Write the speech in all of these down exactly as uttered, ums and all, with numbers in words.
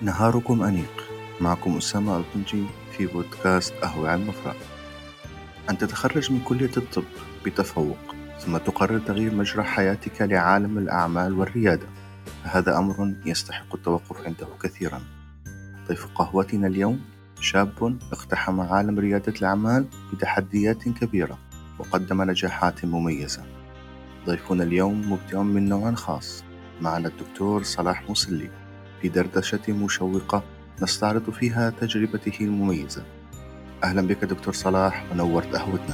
نهاركم أنيق. معكم أسامة القنجي في بودكاست قهوة على المفرق. أن تتخرج من كلية الطب بتفوق ثم تقرر تغيير مجرى حياتك لعالم الأعمال والريادة، فهذا أمر يستحق التوقف عنده كثيرا. ضيف قهوتنا اليوم شاب اقتحم عالم ريادة الأعمال بتحديات كبيرة وقدم نجاحات مميزة. ضيفنا اليوم مبدع من نوع خاص. معنا الدكتور صلاح مسلي في دردشة مشوقة نستعرض فيها تجربته المميزة. أهلا بك دكتور صلاح ونورت قهوتنا.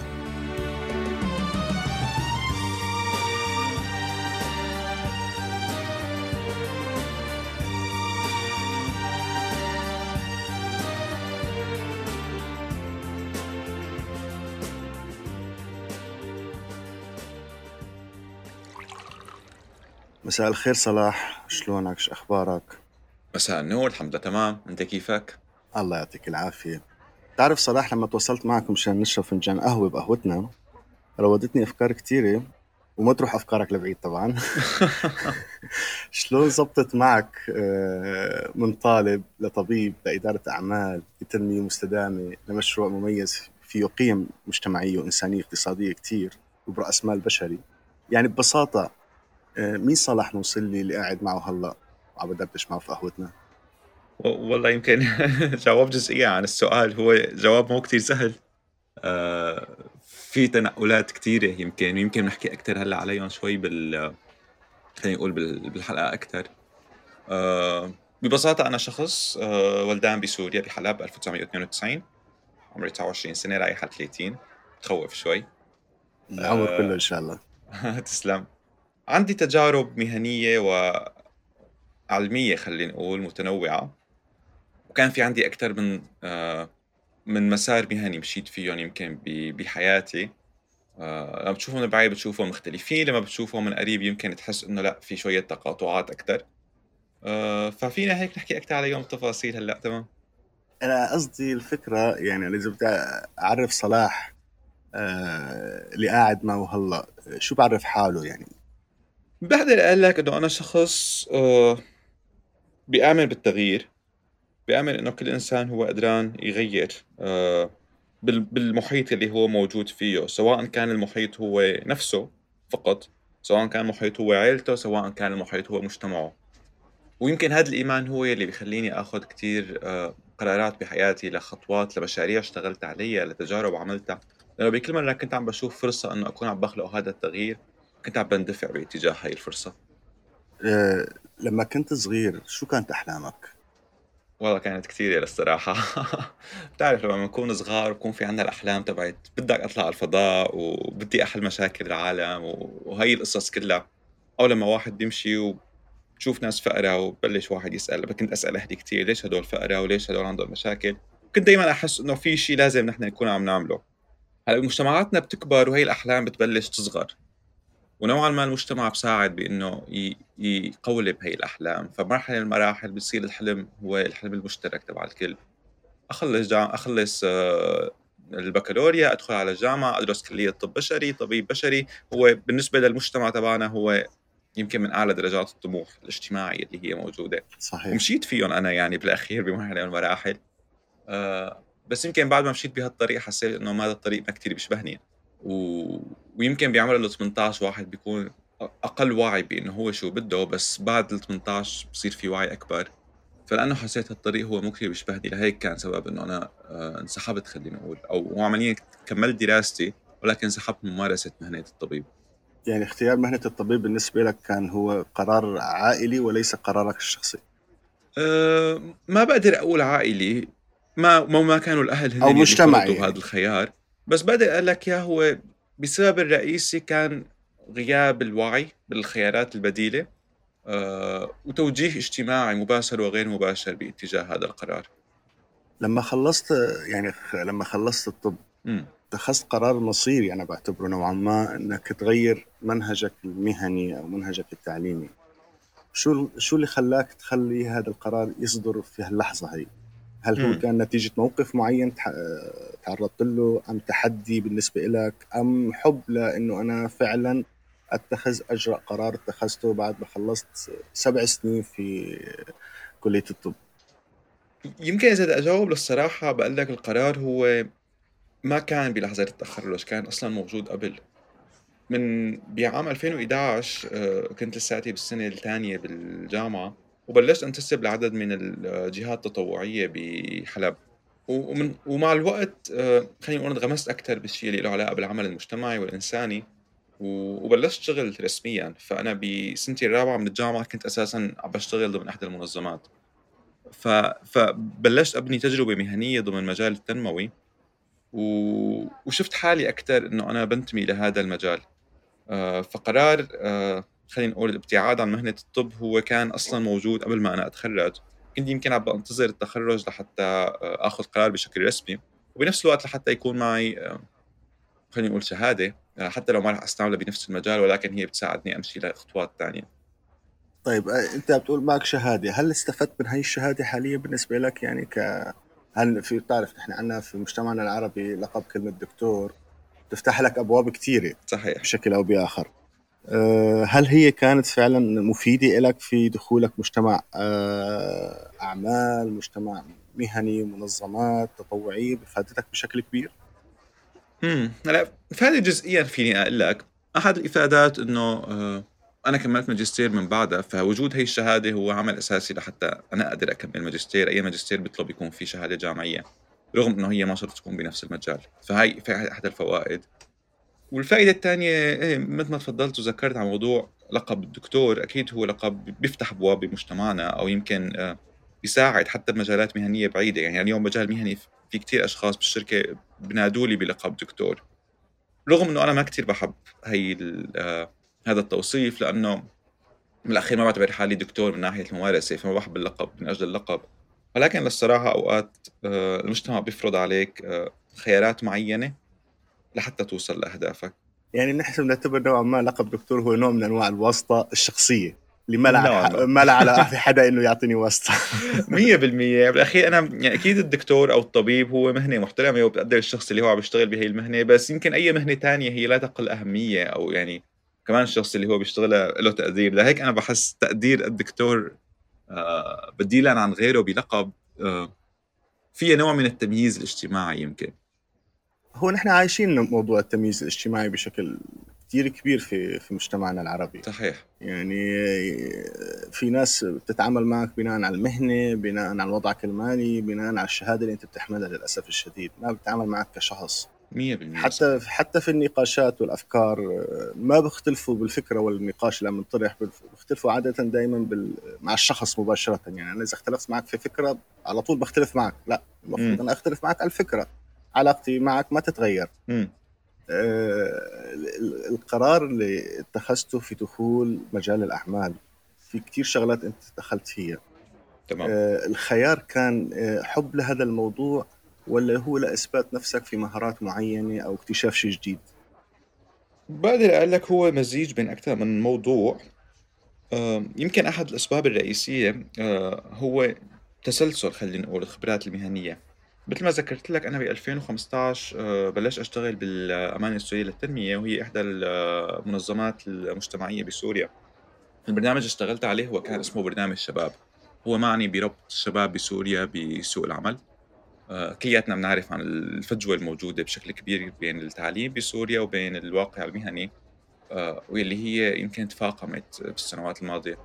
مساء الخير صلاح، شلونك؟ شو أخبارك؟ مساء النور، الحمد لله تمام. انت كيفك؟ الله يعطيك العافية. تعرف صلاح، لما تواصلت معكم مشان نشرب فنجان قهوة بقهوتنا راودتني أفكار كتيرة، وما تروح أفكارك لبعيد طبعا. شلون زبطت معك آه، من طالب لطبيب لإدارة أعمال لتنمية مستدامة لمشروع مميز فيه قيم مجتمعية وإنسانية اقتصادية كتير وبرأس مال بشري؟ يعني ببساطة، آه، مين صلاح مسلي اللي قاعد معه هلأ وعم بدردش معه في قهوتنا؟ و- والله يمكن جواب جزئية عن السؤال. هو جواب مو كتير سهل. آه في تنقلات كتيرة، يمكن يمكن نحكي أكتر هلا عليهم شوي بال خلينا نقول بال- بالحلقة أكتر. آه ببساطة أنا شخص آه ولدان بسوريا بحلب ألف وتسعمية واثنين وتسعين، عمري تسعة وعشرين سنة، رايح على ثلاثين. تخوف شوي. العمر كله إن آه شاء الله. تسلم. عندي تجارب مهنية وعلمية خلينا نقول متنوعة، وكان في عندي أكتر من آه من مسار مهني مشيت فيهم يمكن ب- بحياتي. آه لما بتشوفهم من بعيد بتشوفهم مختلفين، لما بتشوفهم من قريب يمكن تحس إنه لا، في شوية تقاطعات أكتر. آه ففينا هيك نحكي أكتر عليهم التفاصيل هلا. تمام. أنا قصدي الفكرة، يعني أنا إذا بدي أعرف صلاح آه، اللي قاعد معه هلأ، شو بعرف حاله يعني؟ بقدر أقول لك إنه أنا شخص آه بيآمن بالتغيير، بيآمن إنه كل إنسان هو قدران يغير آه بال- بالمحيط اللي هو موجود فيه، سواء كان المحيط هو نفسه فقط، سواء كان المحيط هو عائلته، سواء كان المحيط هو مجتمعه. ويمكن هذا الإيمان هو اللي بيخليني أخذ كتير آه، قرارات بحياتي، لخطوات، لمشاريع اشتغلت عليها، لتجارب عملتها. لأنه بكل مرة كنت عم بشوف فرصة أنه أكون عم بخلق هذا التغيير، كنت عم بندفع باتجاه هاي الفرصة. آه، لما كنت صغير شو كانت أحلامك؟ والله كانت كثيرة للصراحة. بتعرف لما نكون صغار بكون في عنا الأحلام تبعت بدك أطلع على الفضاء وبدي أحل مشاكل العالم و- وهي القصص كلها. أو لما واحد بيمشي تشوف ناس فقراء وبلش واحد يسأل، كنت أسأل أهلي كتير ليش هدول فقراء وليش هدول عندهم مشاكل. كنت دايما أحس إنه في شيء لازم نحن نكون عم نعمله. هلا مجتمعاتنا بتكبر وهي الأحلام بتبلش تصغر، ونوعا ما المجتمع بساعد بإنه ي- يقولب هي الأحلام. فمرحلة من المراحل بتصير الحلم هو الحلم المشترك تبع الكل. أخلص جام... أخلص آه، البكالوريا، أدخل على الجامعة، أدرس كلية طب بشري، طبيب بشري. هو بالنسبة للمجتمع تبعنا هو يمكن من أعلى درجات الطموح الاجتماعية اللي هي موجودة. صحيح. ومشيت فيهم أنا يعني بالأخير بمرحلة من المراحل. آه بس يمكن بعد ما مشيت بهالطريق حسيت إنه هذا الطريق ما كتير بيشبهني. و... ويمكن بعمر ال ثمانية عشر واحد بيكون أقل وعي بإنه هو شو بده، بس بعد ال ثمانية عشر بصير في وعي أكبر. فلأنه حسيت هالطريق هو مو كتير بيشبهني، لهيك كان سبب إنه أنا آه انسحبت خلينا نقول، أو عمليا كملت دراستي ولكن انسحبت من ممارسة مهنة الطبيب. يعني اختيار مهنة الطبيب بالنسبة لك كان هو قرار عائلي وليس قرارك الشخصي؟ أه ما بقدر أقول عائلي، ما ما ما كانوا الأهل هن أو اللي مجتمعي فرضوا هذا يعني؟ الخيار. بس بقدر أقول لك يا هو بسبب الرئيسي كان غياب الوعي بالخيارات البديلة، أه وتوجيه اجتماعي مباشر وغير مباشر باتجاه هذا القرار. لما خلصت، يعني خ- لما خلصت الطب امم اتخذت قرار مصيري أنا بعتبره نوعا ما، أنك تغير منهجك المهني أو منهجك التعليمي. شو شو اللي خلاك تخلي هذا القرار يصدر في هاللحظة هي؟ هل هو امم كان نتيجة موقف معين تح- تعرضت له، أم تحدي بالنسبة لك، أم حب لأنه أنا فعلا أتخذ أجرأ قرار اتخذته بعد ما خلصت سبع سنين في كلية الطب؟ يمكن إذا بدي أجاوب للصراحة باقول لك القرار هو ما كان بلحظة التخرُّج، كان أصلًا موجود قبل. من بعام ألفين وإحدى عشر آآ كنت لساتي بالسنة التانية بالجامعة، وبلّشت أنتسب لعدد من الجهات التطوعية بحلب. و ومن ومع الوقت آآ خلّينا نقول انغمست أكتر بالشي اللي له علاقة بالعمل المجتمعي والإنساني، و وبلّشت شغل رسميًا. فأنا بسنتي الرابعة من الجامعة كنت أساسًا عم باشتغل ضمن إحدى المنظمات. ف فبلّشت أبني تجربة مهنية ضمن المجال التنموي، و وشُفت حالي أكتر إنه أنا بانتمي لهذا المجال. آآ فقرار آآ خلّينا نقول الابتعاد عن مهنة الطب هو كان أصلًا موجود قبل ما أنا أتخرّج. كنت يمكن عم بانتظر التخرُّج لحتى آآ آخُذ قرار بشكل رسمي، وبنفس الوقت لحتى يكون معي آآ خلّينا نقول شهادة، آآ حتى لو ما راح أستعملها بنفس المجال، ولكن هي بتساعدني أمشي لخطوات تانية. طيب آه، أنت بتقول معك شهادة، هل استفدت من هاي الشهادة حاليا بالنسبة لك؟ يعني ك هل في، بتعرف نحن عندنا في مجتمعنا العربي لقب كلمة دكتور تفتح لك أبواب كثيرة صحيح. بشكل أو بآخر. أه، هل هي كانت فعلا مفيدة لك في دخولك مجتمع أه، أعمال، مجتمع مهني، منظمات تطوعية، بفادتك بشكل كبير؟ إمم، هلأ فهذه جزئيًا فيني أقول لك. أحد الإفادات إنه آآ أنا كمّلت ماجستير من بعدها، فوجود هي الشهادة هو عامل أساسي لحتى أنا أقدر أكمّل ماجستير. أي ماجستير بيطلب يكون في شهادة جامعية، رغم إنه هي ما شرط تكون بنفس المجال. فهي فهي إحدى الفوائد. والفائدة التانية إيه متل ما تفضّلت وذكّرت عن موضوع لقب الدكتور. أكيد هو لقب بيفتح أبواب بمجتمعنا، أو يمكن آآ بيساعد حتى بمجالات مهنية بعيدة. يعني اليوم مجال مهني ف في كتير أشخاص بالشركة بينادوا لي بلقب دكتور، رغم إنه أنا ما كتير باحب هي ال آآ هذا التوصيف، لإنه بالأخير ما باعتبر حالي دكتور من ناحية الممارسة، فما باحب اللقب من أجل اللقب. ولكن للصراحة أوقات آآ المجتمع بيفرض عليك آآ خيارات معيّنة لحتى توصل لأهدافك. يعني نحن نعتبر نوعا ما لقب دكتور هو نوع من أنواع الواسطة الشخصية اللي ما لها نوعًا ح- ما. ما لها على في حدا إنه يعطيني واسطة. مية بالمية بالأخير أنا يعني أكيد الدكتور أو الطبيب هو مهنة محترمة وبتقدّر الشخص اللي هو عم بيشتغل بهي المهنة، بس يمكن أي مهنة تانية هي لا تقل أهمية، أو يعني كمان الشخص اللي هو بيشتغلها له تقدير. لهيك أنا باحس تقدير الدكتور آآ بديلًا عن غيره بلقب آآ فيها نوع من التمييز الاجتماعي يمكن. هو نحن عايشين موضوع التمييز الاجتماعي بشكل كتير كبير في في مجتمعنا العربي. صحيح. يعني في ناس بتتعامل معك بناء على المهنة، بناء على وضعك المالي، بناء على الشهادة اللي انت بتحملها. للأسف الشديد ما بتتعامل معك كشخص. مية بالمية حتى صحيح. حتى في النقاشات والأفكار ما بيختلفوا بالفكرة والنقاش لما نطرح، بيختلفوا عادة دائما بال... مع الشخص مباشرة. يعني أنا إذا اختلفت معك في فكرة على طول بختلف معك، لا، المفروض إمم. أنا أختلف معك على الفكرة، علاقتي معك ما تتغير. إمم. آه، القرار اللي اتخذته في دخول مجال الأعمال، في كتير شغلات أنت دخلت فيها. تمام. آه، الخيار كان آه، حب لهذا الموضوع، ولا هو لإثبات نفسك في مهارات معينة أو اكتشاف شيء جديد؟ باقدر أقول لك هو مزيج بين أكتر من موضوع. آآ يمكن أحد الأسباب الرئيسية آآ هو تسلسل خلّينا نقول الخبرات المهنية. متل ما ذكرت لك أنا ب2015 آآ بلشت أشتغل بالأمانة السورية للتنمية، وهي إحدى المنظمات المجتمعية بسوريا. البرنامج اللي اشتغلت عليه هو كان اسمه برنامج شباب، هو معني بربط الشباب بسوريا بسوق العمل. آآ كلياتنا بنعرف عن الفجوة الموجودة بشكل كبير بين التعليم بسوريا وبين الواقع المهني، آآ واللي هي يمكن تفاقمت بالسنوات الماضية.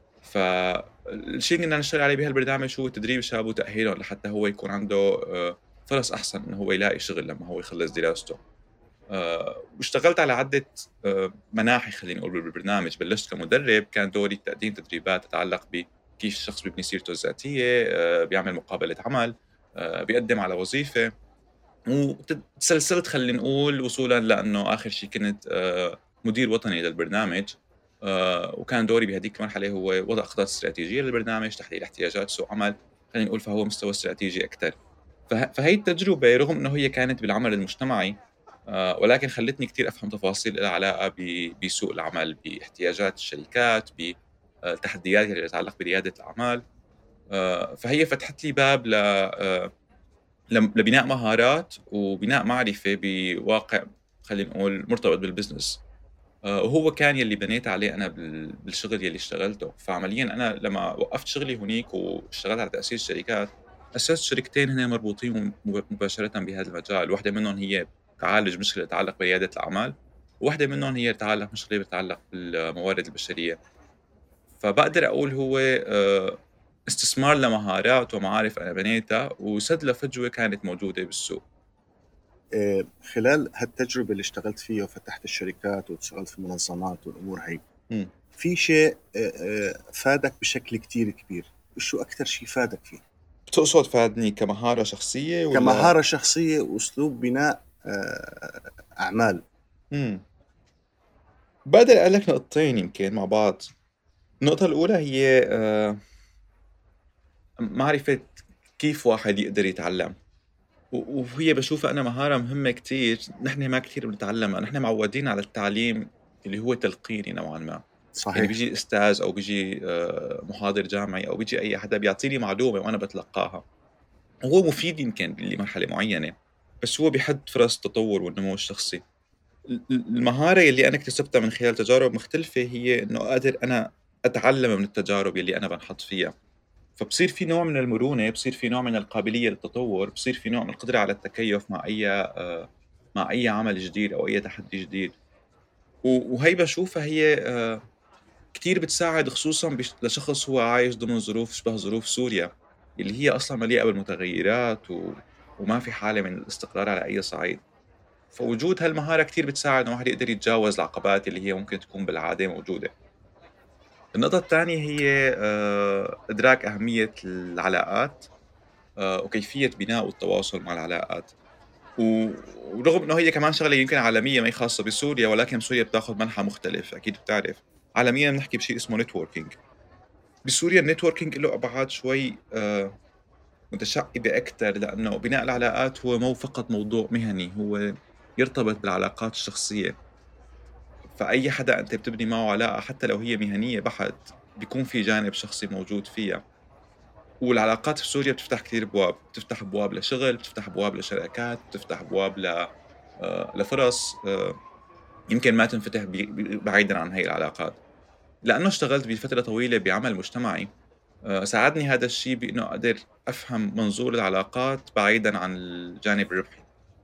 فالشيء اللي بدنا نشتغل عليه بهالبرنامج هو تدريب الشباب وتأهيلهم لحتى هو يكون عنده آآ فرص أحسن إنه هو يلاقي شغل لمّا هو يخلّص دراسته. آآ واشتغلت على عدة آآ مناحي خلّينا نقول بالبرنامج. بلشت كمدرب، كان دوري تقديم تدريبات تتعلق بكيف الشخص بيبني سيرته الذاتية، آآ بيعمل مقابلة عمل، آآ بيقدم على وظيفة. وت تسلسلت خلّينا نقول وصولًا لإنه آخر شي كنت آآ مدير وطني للبرنامج. آآ وكان دوري بهاديك المرحلة هو وضع خطط استراتيجية للبرنامج، تحليل احتياجات سوق عمل، خلّينا نقول فهو مستوى استراتيجي أكتر. فه فهي التجربة رغم إنه هي كانت بالعمل المجتمعي، آآ ولكن خلّتني كتير أفهم تفاصيل إلها علاقة ب بسوق العمل، باحتياجات الشركات، ب آآ التحديات اللي تتعلق بريادة الأعمال. آآ فهي فتحت لي باب ل آآ لم لبناء مهارات وبناء معرفة بواقع خلّينا نقول مرتبط بالbusiness. آآ وهو كان يلّي بنيت عليه أنا بال بالشغل يلّي اشتغلته. فعمليًا أنا لمّا وقّفت شغلي هونيك واشتغلت على تأسيس شركات، أسست شركتين هن مربوطين مب مباشرةً بهذا المجال، واحدة منهم هي تعالج مشكلة تتعلق بريادة الأعمال، وواحدة منهم هي تتعلق مشكلة بتتعلق بالموارد البشرية. فباقدر أقول هو آآ استثمار لمهارات ومعارف أنا بنيتها، وسد لفجوة كانت موجودة بالسوق. آه، خلال هالتجربة اللي اشتغلت فيها وفتحت الشركات واشتغلت في منظمات والأمور هي، إمم. في شيء آه، آه، فادك بشكل كتير كبير؟ شو أكثر شيء فادك فيه بتقصد فادني كمهارة شخصية والّا؟ كمهارة شخصية وأسلوب بناء آه، أعمال؟ إمم. باقدر أقول لك نقطتين يمكن مع بعض. النقطة الأولى هي آآ معرفة كيف واحد يقدر يتعلم. و وهي باشوفها أنا مهارة مهمة كتير، نحن ما كتير بنتعلمها، نحن معودين على التعليم اللي هو تلقيني نوعًا ما. يعني صحيح. بييجي أستاذ أو بييجي آآ محاضر جامعي أو بييجي أي حدا بيعطيني معلومة وأنا باتلقاها، وهو مفيد يمكن لمرحلة معينة، بس هو بيحد فرص التطور والنمو الشخصي. ال ال المهارة يلّي أنا اكتسبتها من خلال تجارب مختلفة هي إنه أقدر أنا أتعلم من التجارب يلّي أنا بانحط فيها. فبصير في نوع من المرونة، بصير في نوع من القابلية للتطور، بصير في نوع من القدرة على التكيُّف مع أي آآ مع أي عمل جديد أو أي تحدي جديد. و وهي باشوفها هي آآ كتير بتساعد خصوصًا بش لشخص هو عايش ضمن ظروف شبه ظروف سوريا، اللي هي أصلًا مليئة بالمتغيرات و وما في حالة من الاستقرار على أي صعيد. فوجود هالمهارة كتير بتساعد إنه الواحد يقدر يتجاوز العقبات اللي هي ممكن تكون بالعادة موجودة. النقطة التانية هي آآ إدراك أهمية العلاقات آآ وكيفية بناء والتواصل مع العلاقات. و ورغم إنه هي كمان شغلة يمكن عالمية ما هي خاصة بسوريا، ولكن سوريا بتاخد منحى مختلف أكيد بتعرف. عالميًا بنحكي بشيء اسمه networking. بسوريا الnetworking له أبعاد شوي آآ متشعِّبة أكتر، لأنه بناء العلاقات هو مو فقط موضوع مهني، هو يرتبط بالعلاقات الشخصية. فأي حدا أنت بتبني معه علاقة حتى لو هي مهنية بحت، بيكون في جانب شخصي موجود فيها. والعلاقات في سوريا بتفتح كتير أبواب، بتفتح أبواب لشغل، بتفتح أبواب لشركات، بتفتح أبواب ل آآ لفرص آآ يمكن ما تنفتح ب ب بعيدًا عن هاي العلاقات. لأنه اشتغلت بفترة طويلة بعمل مجتمعي، آآ ساعدني هذا الشي بإنه أقدر أفهم منظور العلاقات بعيدًا عن الجانب الربحي،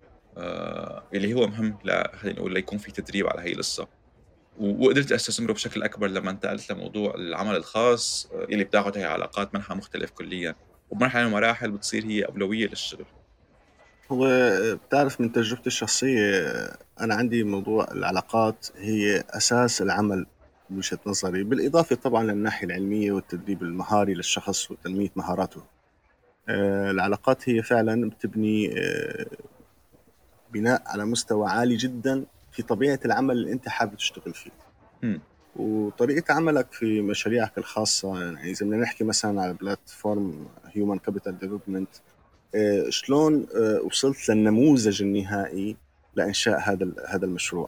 آآ اللي هو مهم ل خلّينا نقول ليكون في تدريب على هي القصة. و وقدرت أستثمره بشكل أكبر لمّا انتقلت لموضوع العمل الخاص، آآ اللي بتاخد هي علاقات منحى مختلف كليًا، وبمرحلة من المراحل بتصير هي أولوية للشغل. هو بتعرف من تجربتي الشخصية، أنا عندي موضوع العلاقات هي أساس العمل بوجهة نظري، بالإضافة طبعا للناحية العلمية والتدريب المهاري للشخص وتنمية مهاراته. آه، العلاقات هي فعلا بتبني آه، بناء على مستوى عالي جدا في طبيعة العمل اللي أنت حابب تشتغل فيه إمم. وطريقة عملك في مشاريعك الخاصة. يعني إذا بدنا نحكي مثلا على بلاتفورم هيومن كابيتال ديفلوبمنت، شلون آه، وصلت للنموذج النهائي لإنشاء هذا ال- هذا المشروع؟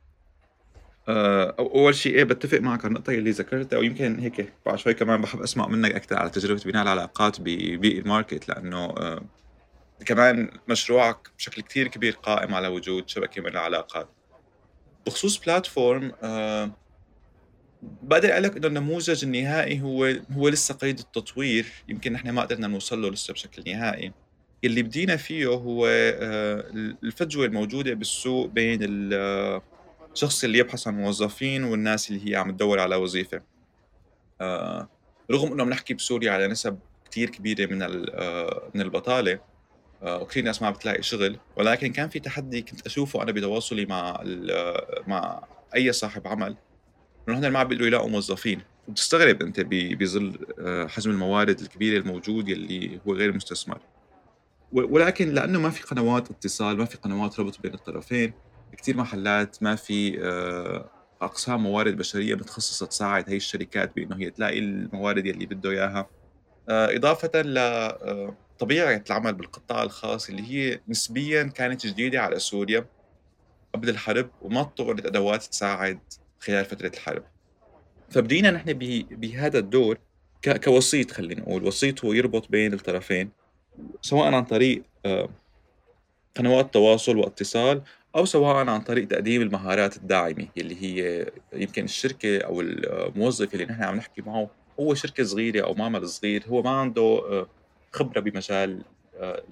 آآ أو أول شي إيه باتّفق معك على النقطة اللي ذكرتها، ويمكن هيك بعد شوي كمان باحب أسمع منّك أكتر على تجربة بناء العلاقات ببيئة الmarket، لإنه آآ كمان مشروعك بشكل كتير كبير قائم على وجود شبكة من العلاقات. بخصوص platform آآ باقدر أقول لك إنه النموذج النهائي هو هو لسه قيد التطوير، يمكن نحن ما قدرنا نوصل له لسه بشكل نهائي. اللي بدينا فيه هو آآ ال الفجوة الموجودة بالسوق بين ال آه، الشخص اللي يبحث عن موظفين والناس اللي هي عم تدوّر على وظيفة. آآ رغم إنه بنحكي بسوريا على نسب كتير كبيرة من ال آآ من البطالة، آآ وكتير ناس ما عم بتلاقي شغل، ولكن كان في تحدي كنت أشوفه أنا بتواصلي مع ال آه، مع أي صاحب عمل، إنه هُنّ ما عم بيقدروا يلاقوا موظفين. وبتستغرب أنت ب بظل آآ حجم الموارد الكبير الموجود يلّي هو غير مستثمر. و ولكن لأنه ما في قنوات اتصال، ما في قنوات ربط بين الطرفين، بكتير محلات ما في آآ أقسام موارد بشرية متخصصة تساعد هي الشركات بإنه هي تلاقي الموارد يلّي بده إياها. آآ إضافةً ل آآ طبيعة العمل بالقطاع الخاص اللي هي نسبيًا كانت جديدة على سوريا قبل الحرب، وما اتطورت أدوات تساعد خلال فترة الحرب. فبدينا نحن ب بهذا الدور ك كوسيط، خلّينا نقول، وسيط هو يربط بين الطرفين، سواءً عن طريق آآ قنوات تواصل واتصال، أو سواء عن طريق تقديم المهارات الداعمة يلّي هي يمكن الشركة أو الموظف اللي نحن عم نحكي معه هو شركة صغيرة أو معمل صغير، هو ما عنده آآ خبرة بمجال آآ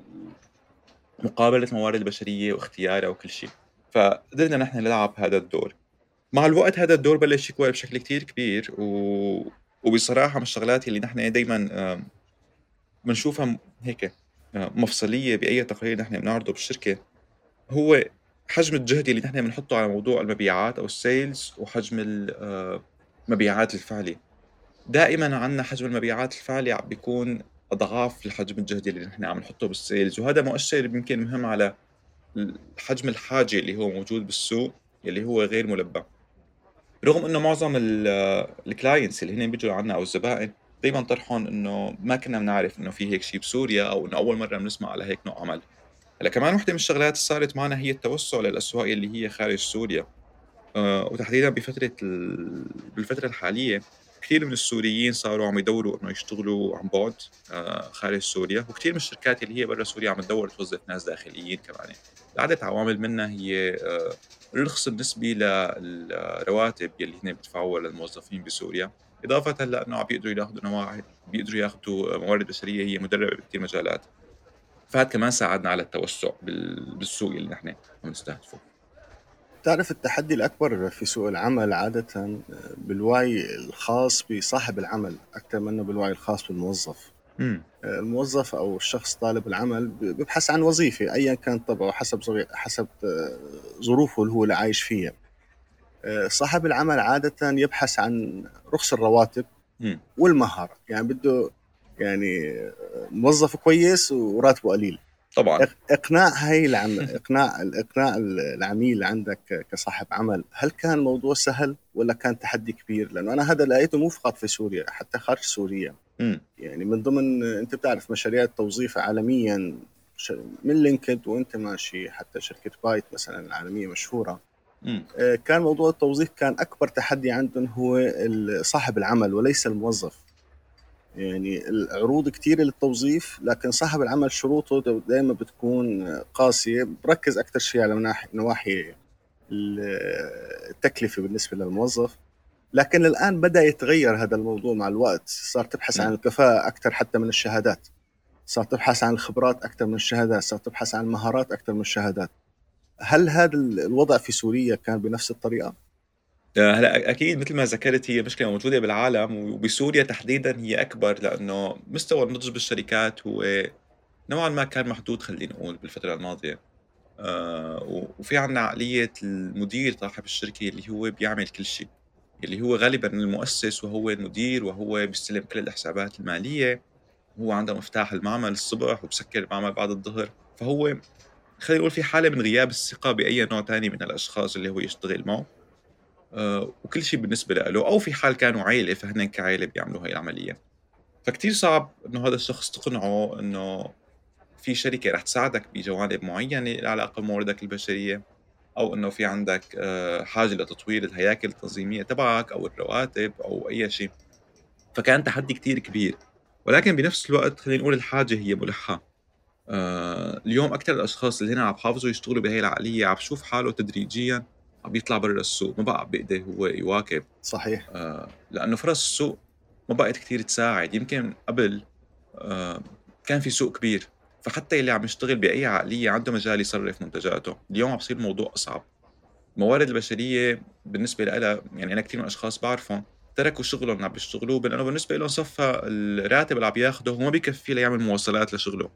مقابلة الموارد البشرية واختيارها وكل شي، فقدرنا نحن نلعب هذا الدور. مع الوقت هذا الدور بلش يكبر بشكل كتير كبير، و وبصراحة من الشغلات اللي نحن دايمًا آآ بنشوفها م هيك آآ مفصلية بأي تقرير نحن بنعرضه بالشركة، هو حجم الجهد اللي نحن بنحطه على موضوع المبيعات أو الsales وحجم ال آآ المبيعات الفعلي. دائمًا عندنا حجم المبيعات الفعلي عم بيكون أضعاف الحجم الجهدي اللي نحن عم نحطه بالsales، وهذا مؤشر يمكن مهم على ال حجم الحاجة اللي هو موجود بالسوق، يلّي هو غير مُلبّى. رغم إنه معظم ال الclients اللي هن بييجوا لعنا أو الزبائن دايمًا طرحهم إنه ما كنّا بنعرف إنه في هيك شي بسوريا، أو إنه أول مرّة بنسمع على هيك نوع عمل. هلأ كمان وحدة من الشغلات اللي صارت معنا هي التوسُّع للأسواق اللي هي خارج سوريا. آآ وتحديدًا بفترة ال بالفترة الحالية كتير من السوريين صاروا عم يدوّروا إنه يشتغلوا عن بُعد آآ خارج سوريا، وكتير من الشركات اللي هي برّا سوريا عم تدوّر توظّف ناس داخليين كمان. لعدة عوامل منها هي آآ الرخص النسبي للرواتب يلّي هن بيدفعوها للموظفين بسوريا، إضافةً لإنه عم بيقدروا ياخدوا نواعي بيقدروا ياخدوا موارد بشرية هي مدربة بكتير مجالات، فهاد كمان ساعدنا على التوسُّع بال بالسوق اللي نحن عم نستهدفه. تعرف التحدي الأكبر في سوق العمل عادة بالوعي الخاص بصاحب العمل أكثر منه بالوعي الخاص بالموظف. إمم، الموظف أو الشخص طالب العمل بيبحث عن وظيفة أيا كان طبعه حسب زغي- حسب آه، ظروفه اللي هو اللي عايش فيها. آه، صاحب العمل عادة يبحث عن رخص الرواتب إمم، والمهارة، يعني بده يعني آه، موظف كويس وراتبه قليل. طبعًا. إق- إقناع هاي العم... إقناع الإقناع العميل عندك كصاحب عمل، هل كان موضوع سهل ولا كان تحدي كبير؟ لأنه أنا هذا لقيته مو فقط في سوريا، حتى خارج سوريا. إمم، يعني من ضمن أنت بتعرف مشاريع التوظيف عالميا، ش- من لينكد وأنت ماشي حتى شركة بايت مثلا العالمية مشهورة. إمم. آه، كان موضوع التوظيف كان أكبر تحدي عندهم هو ال- صاحب العمل وليس الموظف. يعني العروض كتيرة للتوظيف، لكن صاحب العمل شروطه دائما بتكون قاسية، بركز أكثر شيء على مناحي نواحي التكلفة بالنسبة للموظف. لكن الآن بدأ يتغير هذا الموضوع مع الوقت، صار تبحث عن نعم. الكفاءة أكثر حتى من الشهادات، صار تبحث عن الخبرات أكثر من الشهادات، صار تبحث عن المهارات أكثر من الشهادات. هل هذا الوضع في سوريا كان بنفس الطريقة؟ آآ هلأ أ أكيد متل ما ذكرت هي مشكلة موجودة بالعالم، وبسوريا تحديدًا هي أكبر، لأنه مستوى النضج بالشركات هو نوعًا ما كان محدود خلّينا نقول بالفترة الماضية. آآ و وفي عندنا عقلية المدير صاحب الشركة اللي هو بيعمل كل شي، اللي هو غالبًا المؤسس وهو المدير وهو بيستلم كل الحسابات المالية، وهو عنده مفتاح المعمل الصبح وبسكر المعمل بعد الضهر، فهو خلّينا نقول في حالة من غياب الثقة بأي نوع تاني من الأشخاص اللي هو يشتغل معه. آآ وكل شي بالنسبة لإله، أو في حال كانوا عيلة فهن كعيلة بيعملوا هاي العملية. فكتير صعب إنه هذا الشخص تقنعه إنه في شركة رح تساعدك بجوانب معيّنة لها علاقة بمواردك البشرية، أو إنه في عندك آآ حاجة لتطوير الهياكل التنظيمية تبعك أو الرواتب أو أي شي. فكان تحدي كتير كبير، ولكن بنفس الوقت خلّينا نقول الحاجة هي ملحة. آآ اليوم أكتر الأشخاص اللي هن عم بحافظوا يشتغلوا بهي العقلية عم بيشوف حاله تدريجيًا عم بيطلع برّا السوق، ما بقى عم بيقدر هو يواكب. صحيح. آآ لأنه فرص السوق ما بقت كتير تساعد. يمكن قبل آآ كان في سوق كبير، فحتى اللي عم يشتغل بأي عقلية عنده مجال يصرف منتجاته. اليوم عم بصير الموضوع أصعب. الموارد البشرية بالنسبة لإلها، يعني أنا كتير من الأشخاص باعرفهم تركوا شغلهم اللي عم بيشتغلوه لأنه بالنسبة لهم صفى الراتب اللي عم ياخده هو ما بيكفيه ليعمل مواصلات لشغله.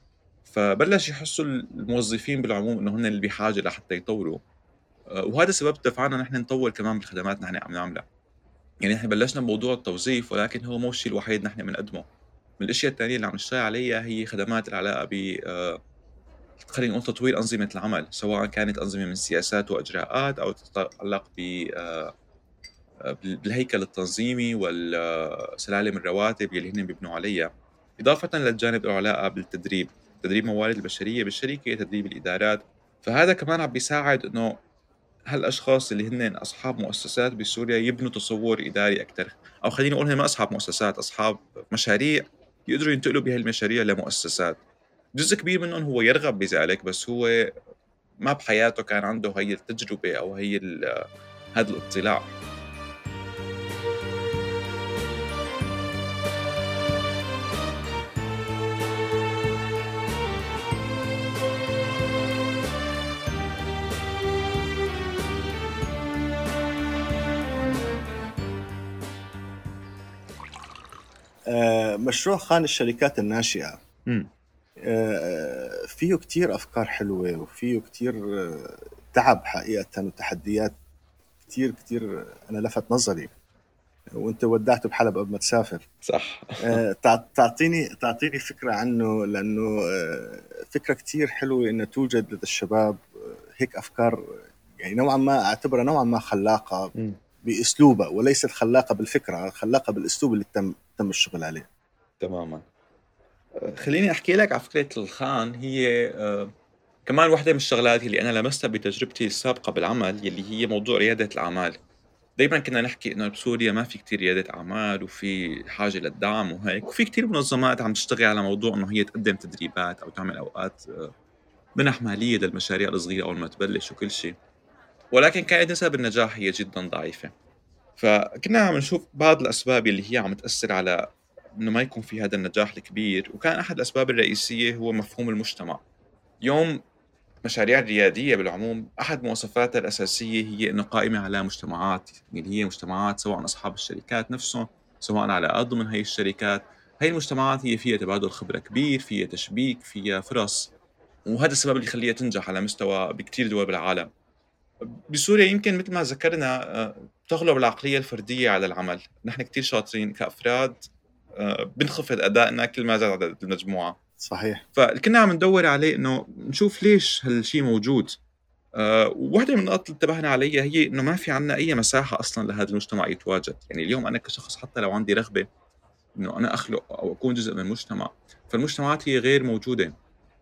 فبلش يحسوا الموظفين بالعموم إنه هن اللي بحاجة لحتى يطوروا. آآ وهذا السبب دفعنا نحن نطور كمان بالخدمات اللي نحن عم نعملها. يعني إحنا بلّشنا بموضوع التوظيف، ولكن هو مو الشي الوحيد نحن بنقدمه. من الأشياء التانية اللي عم نشتغل عليها هي خدمات لها علاقة ب آآ خلّينا نقول تطوير أنظمة العمل، سواء كانت أنظمة من سياسات وإجراءات أو تتعلق ب آآ بال بالهيكل التنظيمي وال آه، سلالم الرواتب يلّي هن بيبنوا عليها، إضافةً للجانب له علاقة بالتدريب، تدريب الموارد البشرية بالشركة، تدريب الإدارات. فهذا كمان عم بيساعد إنه هالأشخاص اللي هن أصحاب مؤسسات بسوريا يبنوا تصور إداري أكتر، أو خلّيني أقول هن ما أصحاب مؤسسات، أصحاب مشاريع يقدروا ينتقلوا بهالمشاريع لمؤسسات. جزء كبير منهم هو يرغب بذلك، بس هو ما بحياته كان عنده هي التجربة أو هي ال هذا الاطلاع. آه، مشروع خان الشركات الناشئة امم آه، فيه كتير أفكار حلوة، وفيه كتير آه، تعب حقيقة وتحديات كتير كتير. أنا لفت نظري وأنت ودعته بحلب قبل ما تسافر. صح. آه، تع- تعطيني تعطيني فكرة عنه، لأنه آه، فكرة كتير حلوة إنها توجد لدى الشباب آه، هيك أفكار، يعني نوعا ما أعتبرها نوعا ما خلاقة امم بأسلوبها، وليست خلاقة بالفكرة، خلاقة بالأسلوب اللي تم تم الشغل عليه. تماما. آه، خليني احكي لك على فكره الخان. هي آه، كمان واحدة من الشغلات اللي أنا لمستها بتجربتي السابقة بالعمل، يلي هي موضوع ريادة الأعمال. دايما كنا نحكي إنه بسوريا ما في كتير ريادة أعمال وفي حاجة للدعم وهيك، وفي كتير منظمات عم تشتغل على موضوع إنه هي تقدم تدريبات أو تعمل أوقات آه، منح مالية للمشاريع الصغيرة أول ما تبلش وكل شيء، ولكن كانت نسب النجاح هي جدا ضعيفة. فكنا عم نشوف بعض الأسباب اللي هي عم تأثر على إنه ما يكون في هذا النجاح الكبير، وكان أحد الأسباب الرئيسية هو مفهوم المجتمع. يوم المشاريع الريادية بالعموم أحد مواصفاتها الأساسية هي إنه قائمة على مجتمعات، يعني هي مجتمعات سواء أصحاب الشركات نفسهم، سواء على ضمن هي الشركات. هي المجتمعات هي فيها تبادل خبرة كبير، فيها تشبيك، فيها فرص، وهذا السبب اللي يخليها تنجح على مستوى بكتير دول بالعالم. بسوريا يمكن مثل ما ذكرنا آه، تغلب العقلية الفردية على العمل. نحن كتير شاطرين كأفراد، آه، بنخفض أدائنا كل ما زاد عدد المجموعة. صحيح. فاللي كنا عم ندور عليه إنه نشوف ليش هالشي موجود. أه وواحدة من النقط اللي انتبهنا عليها هي إنه ما في عنا أي مساحة أصلا لهذا المجتمع يتواجد. يعني اليوم أنا كشخص حتى لو عندي رغبة إنه أنا أخلق أو أكون جزء من المجتمع، فالمجتمعات هي غير موجودة.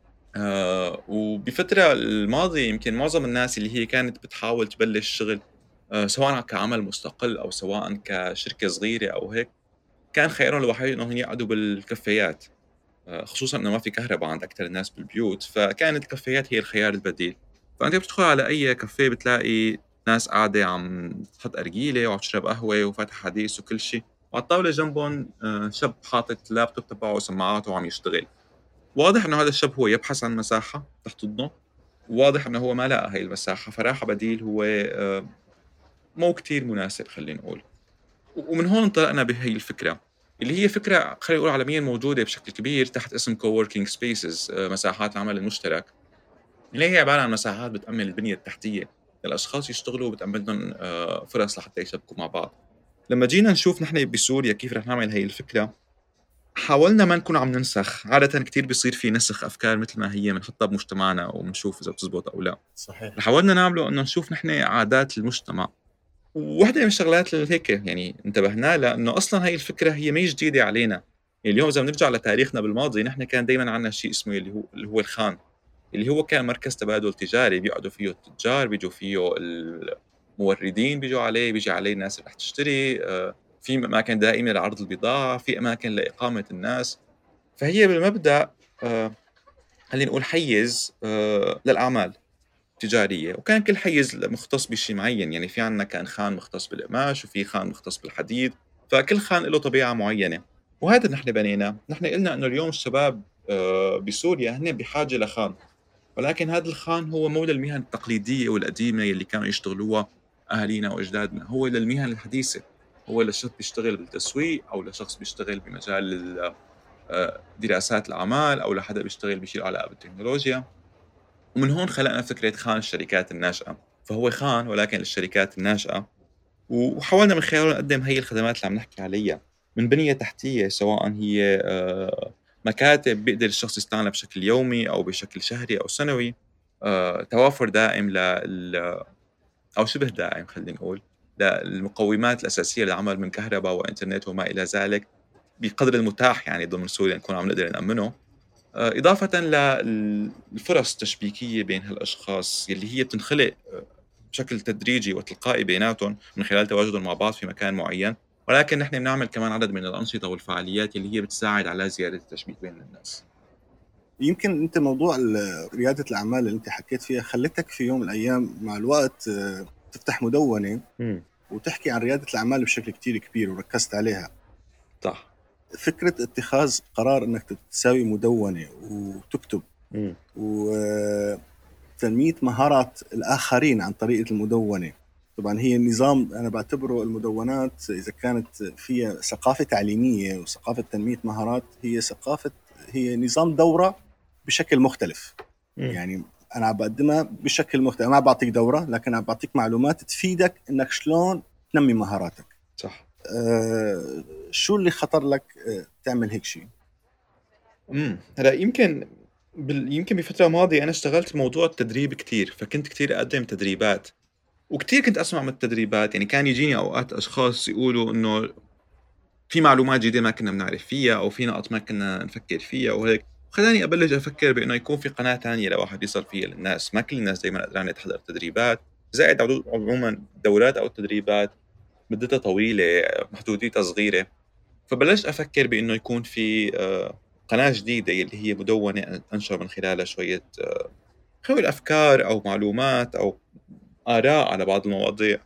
أه وبفترة الماضية يمكن معظم الناس اللي هي كانت بتحاول تبلش شغل، أه سواء كعمل مستقل أو سواء كشركة صغيرة أو هيك، كان خيارهم الوحيد إنهم يقعدوا بالكافيات. آه، خصوصًا إنه ما في كهربا عند أكتر الناس بالبيوت، فكانت الكافيات هي الخيار البديل. فأنت بتدخل على أي كافيه بتلاقي ناس قاعدة عم تحط أرجيلة وعم تشرب قهوة وفاتح حديث وكل شي، وعلى الطاولة جنبهم آآ شاب حاطط اللابتوب تبعه وسماعاته وعم يشتغل. واضح إنه هذا الشاب هو يبحث عن مساحة تحتضنه، وواضح إنه هو ما لقى هاي المساحة، فراح على بديل هو آآ مو كتير مناسب خلّينا نقول. و ومن هون انطلقنا بهي الفكرة، اللي هي فكرة خلينا نقول عالميًا موجودة بشكل كبير تحت اسم coworking spaces، آآ مساحات العمل المشترك، اللي هي عبارة عن مساحات بتأمن البنية التحتية للأشخاص يشتغلوا وبتأمن لهم آآ فرص لحتى يشبكوا مع بعض. لمّا جينا نشوف نحن بسوريا كيف رح نعمل هي الفكرة، حاولنا ما نكون عم ننسخ. عادةً كتير بيصير في نسخ أفكار مثل ما هي بنحطها بمجتمعنا وبنشوف إذا بتزبط أو لأ. صحيح. اللي حاولنا نعمله إنه نشوف نحن عادات المجتمع. وواحدة من الشغلات اللي هيك يعني انتبهنا لها إنه أصلًا هاي الفكرة هي ما هي جديدة علينا. يعني اليوم إذا بنرجع لتاريخنا بالماضي، نحن كان دايمًا عندنا شيء اسمه اللي هو اللي هو الخان، اللي هو كان مركز تبادل تجاري بيقعدوا فيه التجار، بييجوا فيه الموردين بييجوا عليه، بييجي عليه الناس اللي رح تشتري، آآ في أماكن دائمة لعرض البضاعة، في أماكن لإقامة الناس. فهي بالمبدأ آآ خلّينا نقول حيّز آآ للأعمال تجارية، وكان كل حيز مختص بشي معين. يعني في عنا كان خان مختص بالقماش، وفي خان مختص بالحديد، فكل خان له طبيعة معينة. وهذا اللي نحن بنيناه. نحن قلنا إنه اليوم الشباب آه، بسوريا هن بحاجة لخان، ولكن هذا الخان هو مو للمهن التقليدية والقديمة اللي كانوا يشتغلوها أهالينا وأجدادنا، هو للمهن الحديثة. هو لشخص بيشتغل بالتسويق، أو لشخص بيشتغل بمجال ال- آه، دراسات الأعمال، أو لحدا بيشتغل بشيء له علاقة بالتكنولوجيا. ومن هون خلقنا فكرة خان الشركات الناشئة. فهو خان ولكن للشركات الناشئة، وحاولنا من خلاله نقدم هي الخدمات اللي عم نحكي عليها، من بنية تحتية سواء هي آه، مكاتب بيقدر الشخص يستعملها بشكل يومي أو بشكل شهري أو سنوي، آه، توافر دائم لل أو شبه دائم خلينا نقول للمقومات الأساسية للعمل من كهرباء وإنترنت وما إلى ذلك، بقدر المتاح يعني ضمن سوريا نكون عم نقدر نأمنه. آه، إضافة للفرص التشبيكية بين هالأشخاص اللي هي بتنخلق آه، بشكل تدريجي وتلقائي بيناتهم من خلال تواجدهم مع بعض في مكان معين. ولكن نحن بنعمل كمان عدد من الأنشطة والفعاليات اللي هي بتساعد على زيادة التشبيك بين الناس. يمكن انت موضوع ال- ريادة الاعمال اللي انت حكيت فيها خلتك في يوم من الايام مع الوقت آه، تفتح مدونة امم وتحكي عن ريادة الاعمال بشكل كتير كبير وركزت عليها. صح. فكرة اتخاذ قرار انك تساوي مدونة وتكتب امم وتنمية مهارات الاخرين عن طريقة المدونة، طبعا هي النظام، أنا بعتبره المدونات إذا كانت فيها ثقافة تعليمية وثقافة تنمية مهارات، هي ثقافة، هي نظام دورة بشكل مختلف. مم. يعني أنا عم بقدمها بشكل مختلف، ما عم بعطيك دورة لكن عم بعطيك معلومات تفيدك إنك شلون تنمي مهاراتك. صح. أه شو اللي خطر لك أه تعمل هيك شيء؟ امم هلا يمكن بال... يمكن بفترة ماضية أنا اشتغلت بموضوع التدريب كتير، فكنت كتير أقدم تدريبات وكتير كنت أسمع من التدريبات. يعني كان يجيني أوقات أشخاص يقولوا إنه في معلومات جديدة ما كنا بنعرف فيها أو في نقط ما كنا نفكر فيها وهيك، خلاني أبلش أفكر بإنه يكون في قناة تانية لواحد يصل فيها للناس. ما كل الناس دايما قدرانة تحضر تدريبات، زائد عدو- عموما الدورات أو التدريبات مدتها طويلة، محدوديتها صغيرة. فبلشت أفكر بإنه يكون في آه، قناة جديدة اللي هي مدونة أنشر من خلالها شوية آه، خلينا نقول أفكار أو معلومات أو آراء على بعض المواضيع.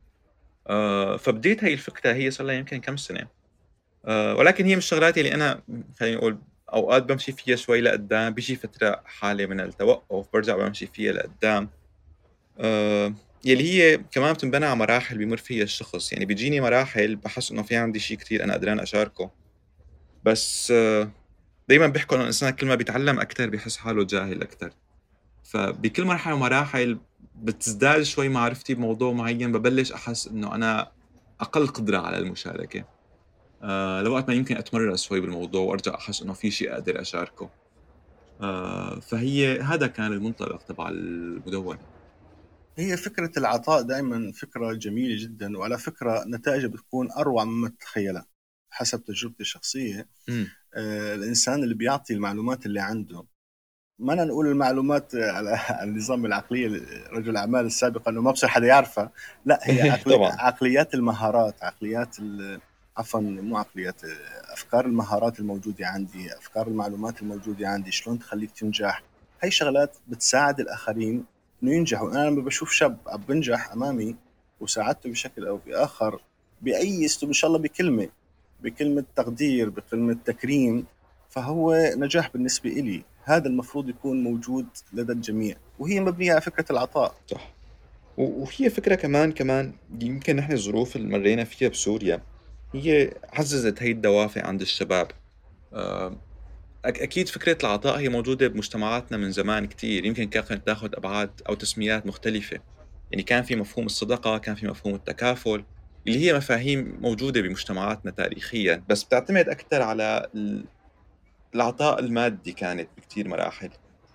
آه، فبديت هاي الفكرة، هي صار لها يمكن كم سنة. آه، ولكن هي مش شغلاتي اللي أنا خلينا نقول أوقات بمشي فيها شوي لقدام، بيجي فترة حالة من التوقف برجع بمشي فيها لقدام. آه، يلي هي كمان بتنبنى على مراحل بيمر فيها الشخص. يعني بيجيني مراحل بحس إنه في عندي شيء كتير أنا قدران أشاركه، بس آه، دايما بيحكوا إنه الإنسان كل ما بيتعلم أكتر بيحس حاله جاهل أكتر. فبكل مرحلة ومراحل بتزداد شوي معرفتي بموضوع معين، ببلش أحس إنه أنا أقل قدرة على المشاركة. آه لوقت ما يمكن أتمرس شوي بالموضوع وأرجع أحس إنه في شيء أقدر أشاركه. آه فهي هذا كان المنطلق تبع المدونة. هي فكرة العطاء دائما فكرة جميلة جدا، وعلى فكرة نتائجها بتكون أروع مما تتخيلها حسب تجربتي الشخصية. امم آه، الإنسان اللي بيعطي المعلومات اللي عنده، ما أنا نقول المعلومات على على النظام العقلية رجل الأعمال السابق أنه ما بصير حدا يعرفها، لا، هي عقلي طبعا. عقليات المهارات، عقليات ال- عفوا مو عقليات، أفكار المهارات الموجودة عندي، أفكار المعلومات الموجودة عندي، شلون تخليك تنجح. هاي شغلات بتساعد الآخرين إنه ينجحوا. أنا لما بشوف شاب عم بنجح أمامي وساعدته بشكل أو بآخر بأي أسلوب، إن شاء الله بكلمة، بكلمة تقدير، بكلمة تكريم، فهو نجاح بالنسبة إلي. هذا المفروض يكون موجود لدى الجميع، وهي مبنية على فكرة العطاء. صح. و- وهي فكرة كمان كمان يمكن نحن الظروف اللي مرينا فيها بسوريا هي عززت هي الدوافع عند الشباب. آه، أك- أكيد فكرة العطاء هي موجودة بمجتمعاتنا من زمان كتير، يمكن كانت تاخذ أبعاد أو تسميات مختلفة. يعني كان في مفهوم الصدقة، كان في مفهوم التكافل، اللي هي مفاهيم موجودة بمجتمعاتنا تاريخيا، بس بتعتمد أكثر على ال- العطاء المادي كانت بكتير مراحل.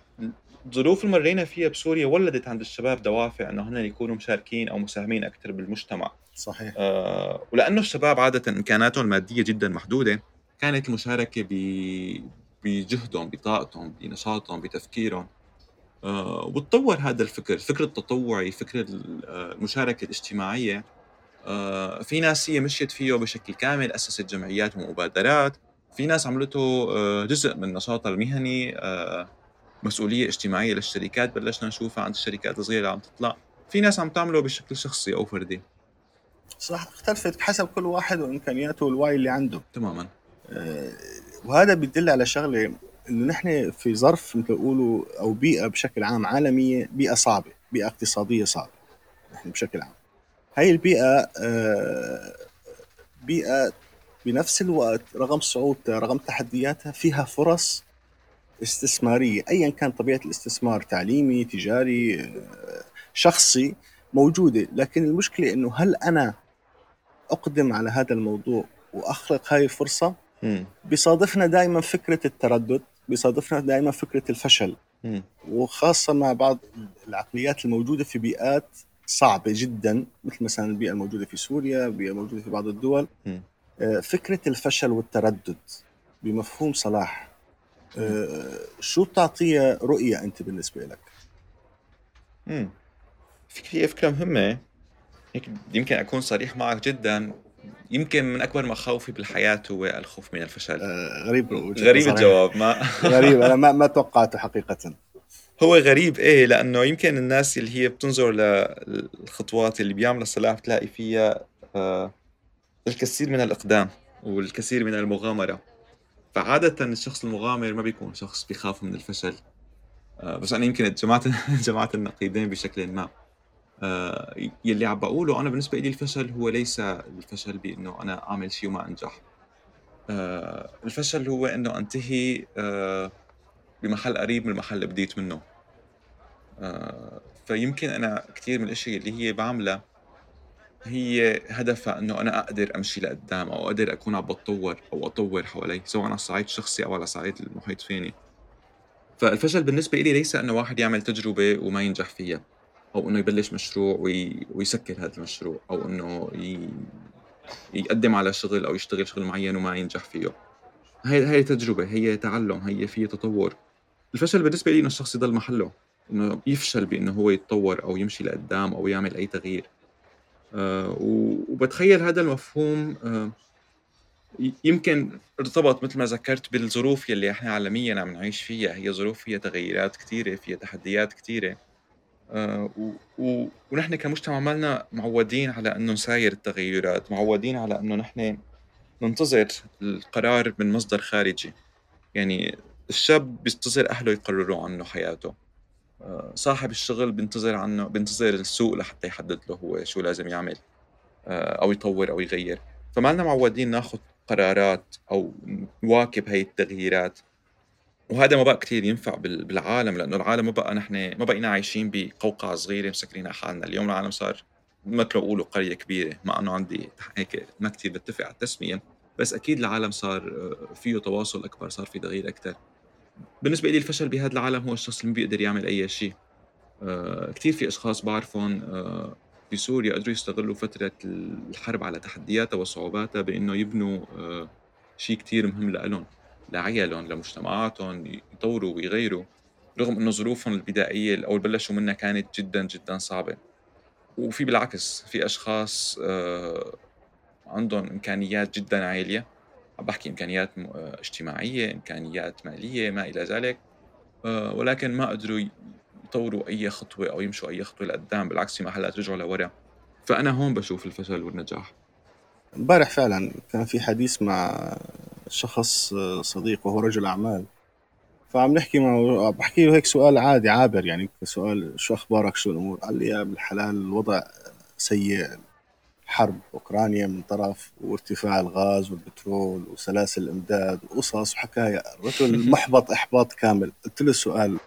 الظروف اللي مرينا فيها بسوريا ولدت عند الشباب دوافع إنه هن يكونوا مشاركين أو مساهمين أكثر بالمجتمع. صحيح. آه، ولأنه الشباب عادة إمكاناتهم المادية جدا محدودة، كانت المشاركة ب- بجهدهم، بطاقتهم، بنشاطهم، بتفكيرهم. آه، وتطور هذا الفكر، الفكر التطوعي، فكر ال- آه، المشاركة الاجتماعية. آه، في ناس هي مشيت فيه بشكل كامل، أسست جمعيات ومبادرات. في ناس عملته آه، جزء من نشاطها المهني، آه، مسؤولية اجتماعية للشركات بلشنا نشوفها عند الشركات الصغيرة اللي عم تطلع. في ناس عم تعمله بشكل شخصي أو فردي. صح، اختلفت حسب كل واحد وإمكانياته والوعي اللي عنده. تماما. آه، وهذا بيدل على شغلة، إنه نحن في ظرف مثل يقولوا أو بيئة بشكل عام عالمية، بيئة صعبة، بيئة اقتصادية صعبة. نحن بشكل عام هاي البيئة آه، بيئة بنفس الوقت رغم صعوبتها رغم تحدياتها فيها فرص استثمارية أيا كان طبيعة الاستثمار، تعليمي، تجاري، آه، شخصي، موجودة. لكن المشكلة إنه هل أنا أقدم على هذا الموضوع وأخلق هاي الفرصة؟ مم. بيصادفنا دائما فكرة التردد، بيصادفنا دائما فكرة الفشل، مم. وخاصة مع بعض العقليات الموجودة في بيئات صعبة جدا، مثل مثلا البيئة الموجودة في سوريا، البيئة الموجودة في بعض الدول. مم. آه، فكرة الفشل والتردد بمفهوم صلاح، مم. آه، شو بتعطيها رؤية أنت بالنسبة لك؟ مم. فكرة هي فكرة مهمة. هيك يمكن أكون صريح معك جدا. يمكن من أكبر مخاوفي بالحياة هو الخوف من الفشل. آه، غريب وجهة غريب نظري. الجواب ما غريب، أنا ما ما توقعته حقيقة. هو غريب إيه، لأنه يمكن الناس اللي هي بتنظر للخطوات اللي بيعملها صلاح بتلاقي فيها آه، الكثير من الإقدام والكثير من المغامرة. فعادة الشخص المغامر ما بيكون شخص بيخاف من الفشل. آه، بس أنا يمكن جمعت جمعت النقيضين بشكل ما. آآ يلّي عم باقوله أنا بالنسبة إلي الفشل هو ليس الفشل بإنه أنا أعمل شي وما أنجح. آآ الفشل هو إنه أنتهي آآ بمحل قريب من المحل اللي بديت منّه. آآ فيمكن أنا كتير من الأشياء اللي هي باعملها هي هدفها إنه أنا أقدر أمشي لقدّام أو أقدر أكون عم باتطوّر أو أطوّر حوالي، سواء على الصعيد الشخصي أو على الصعيد المحيط فيني. فالفشل بالنسبة إلي ليس إنه واحد يعمل تجربة وما ينجح فيها، أو إنه يبلّش مشروع وي ويسكّر هذا المشروع، أو إنه ي يقدّم على شغل أو يشتغل شغل معيّن وما ينجح فيه. هي هي تجربة، هي تعلُّم، هي فيها تطوّر. الفشل بالنسبة لي إنه الشخص يضل محله، إنه يفشل بإنه هو يتطوّر أو يمشي لقدّام أو يعمل أي تغيير. آآ و وباتخيّل هذا المفهوم آآ ي يمكن ارتبط متل ما ذكرت بالظروف يلّي إحنا عالميًا عم نعيش فيها، هي ظروف فيها تغييرات كتيرة، فيها تحديات كتيرة. آآ و و ونحن كمجتمع مالنا معوّدين على إنه نساير التغيُّرات، معوّدين على إنه نحن ننتظر القرار من مصدر خارجي. يعني الشاب بينتظر أهله يقرروا عنّه حياته. آآ صاحب الشغل بينتظر عنّه بينتظر السوق لحتى يحدد له هو شو لازم يعمل، آآ أو يطوّر أو يغيّر. فما لنا معوّدين ناخُد قرارات أو نواكب هاي التغييرات. وهذا ما بقى كتير ينفع بال بالعالم، لإنه العالم ما بقى نحن ما بقينا عايشين بقوقعة صغيرة مسكرين على حالنا. اليوم العالم صار متل ما بيقولوا قرية كبيرة، مع إنه عندي هيك ما كتير باتّفق على التسمية، بس أكيد العالم صار آآ فيه تواصل أكبر، صار في تغيير أكتر. بالنسبة إلي الفشل بهذا العالم هو الشخص اللي ما بيقدر يعمل أي شي. آآ كتير في أشخاص باعرفهم آآ بسوريا قدروا يستغلّوا فترة الحرب على تحدياتها وصعوباتها بإنه يبنوا آآ شي كتير مهم لإلن، لعيلٌ، لمجتمعاتهم، ي يطوّروا ويغيّروا، رغم إنه ظروفهم البدائية ال أو اللي بلشوا منها كانت جدًا، جدًا صعبة. وفي بالعكس في أشخاص آآ عندهم إمكانيات جدًا عالية، عم باحكي إمكانيات م آه، اجتماعية، إمكانيات مالية، ما إلى ذلك. آآ ولكن ما قدروا ي يطوّروا أي خطوة أو يمشوا أي خطوة لقدّام، بالعكس في محلات رجعوا لورا. فأنا هون باشوف الفشل والنجاح. امبارح فعلا كان في حديث مع شخص صديق وهو رجل أعمال، فعم نحكي معه بحكي له هيك سؤال عادي عابر، يعني سؤال شو أخبارك شو الأمور، قال لي يا بالحلال الوضع سيء، حرب أوكرانيا من طرف وارتفاع الغاز والبترول وسلاسل الإمداد وقصص وحكاية، الرجل محبط إحباط كامل. قلت له سؤال،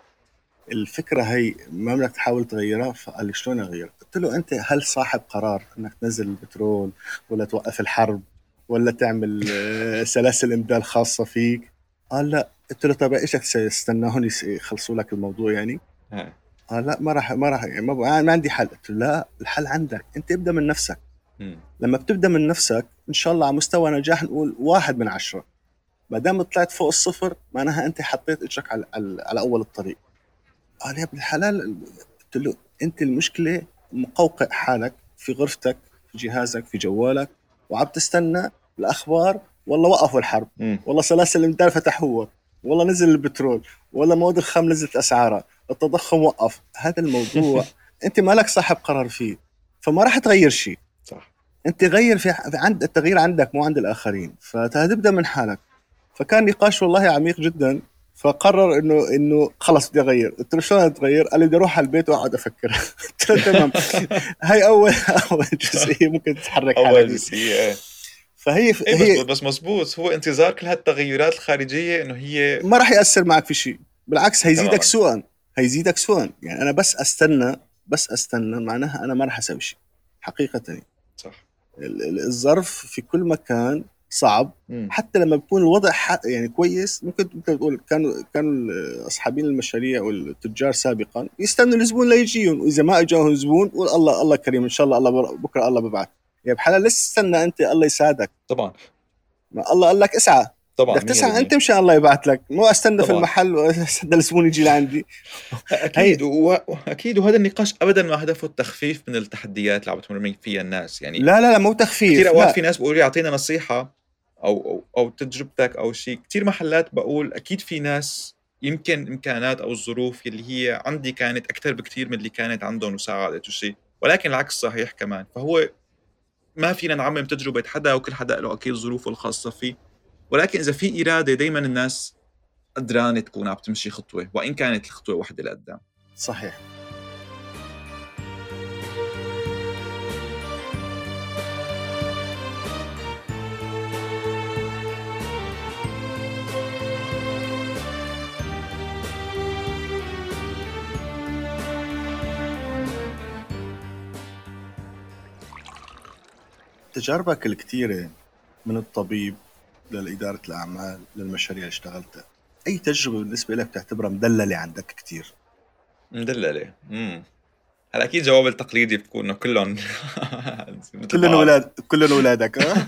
الفكرة هي ما بدك تحاول تغيرها؟ فقال لي شلون أغير؟ قلت له أنت هل صاحب قرار أنك تنزل البترول ولا توقف الحرب ولا تعمل آه، سلاسل إمداد خاصة فيك؟ قال لا. قلت له طيب إيش بدك تسوي؟ استناهم يس- يخلصوا لك الموضوع يعني؟ إيه. قال لا، ما راح ما راح يعني ما, ب- ما عندي حل. قلت له لا، الحل عندك أنت، ابدأ من نفسك. إمم. لما بتبدأ من نفسك إن شاء الله على مستوى نجاح نقول واحد من عشرة، ما دام طلعت فوق الصفر معناها أنت حطيت إجرك على على على أول الطريق. قال يا ابن الحلال. قلت له أنت المشكلة مقوقع حالك في غرفتك، في جهازك، في جوالك، وعم تستنى الأخبار، والله وقفوا الحرب، إمم. والله سلاسل الإمداد فتحوها، والله نزل البترول، والله مواد الخام نزلت أسعارها، التضخم وقف. هذا الموضوع أنت مالك صاحب قرار فيه، فما راح تغير شيء. صح. انت غير في في عند التغيير عندك مو عند الاخرين، فتبدا من حالك. فكان نقاش والله عميق جدا. فقرر انه انه خلص بدي اغير. قلت له شلون اتغير؟ قال لي بدي اروح على البيت واقعد افكر. قلت له تمام. هاي اول اول جزئيه ممكن تتحرك حالك أول فيه. جزئية إيه. فهي إيه هي مضبوط، بس مضبوط هو انتظار كل هالتغيُّرات الخارجية إنه هي ما راح ياثر معك في شيء، بالعكس هيزيدك تمامًا. سوءا. هيزيدك سوءا. يعني انا بس استنى، بس استنى معناها انا ما راح اسوي شيء حقيقه يعني. صح. ال- ال- الظرف في كل مكان صعب. إمم. حتى لما بيكون الوضع ح- يعني كويس، ممكن انت بتقول كانوا كانوا اصحابين المشاريع والتجار سابقا يستنوا الزبون ليجيهم، واذا ما اجاهم زبون قول الله الله كريم ان شاء الله، الله بر- بكره الله ببعث. يا بحلال لسه استنى انت الله يساعدك. طبعًا. ما الله قال لك اسعى، طبعًا بدك تسعى انت مية بالمية. مشان الله يبعث لك، مو استنى في طبعًا. المحل واستنى الزبون يجي لعندي. هي أكيد و وأكيد وهذا النقاش أبدًا ما هدفه التخفيف من التحديات اللي عم بتمر فيها الناس. يعني لا لا لا، مو كتير تخفيف أوقات في لا. ناس بيقولوا لي أعطينا نصيحة أو أو أو تجربتك أو شي. كتير محلات باقول أكيد في ناس يمكن الإمكانات أو الظروف يلّي هي عندي كانت أكتر بكتير من اللي كانت عندهم وساعدت وشي، ولكن العكس صحيح كمان. فهو ما فينا نعمم تجربة حدا وكل حدا له أكيد ظروفه الخاصة فيه، ولكن إذا في إرادة دايمًا الناس قدرانة تكون عم تمشي خطوة، وإن كانت الخطوة وحدة لقدّام. صحيح. تجاربك الكثيرة من الطبيب لإدارة الأعمال للمشاريع اللي اشتغلتها، أي تجربة بالنسبة لك تعتبرها مدللة عندك كتير؟ مدلّلة، إمم. هلأ أكيد جوابي التقليدي بتكون إنه كلّن متل كلنا بعض. أولاد كلنا أولادك أه؟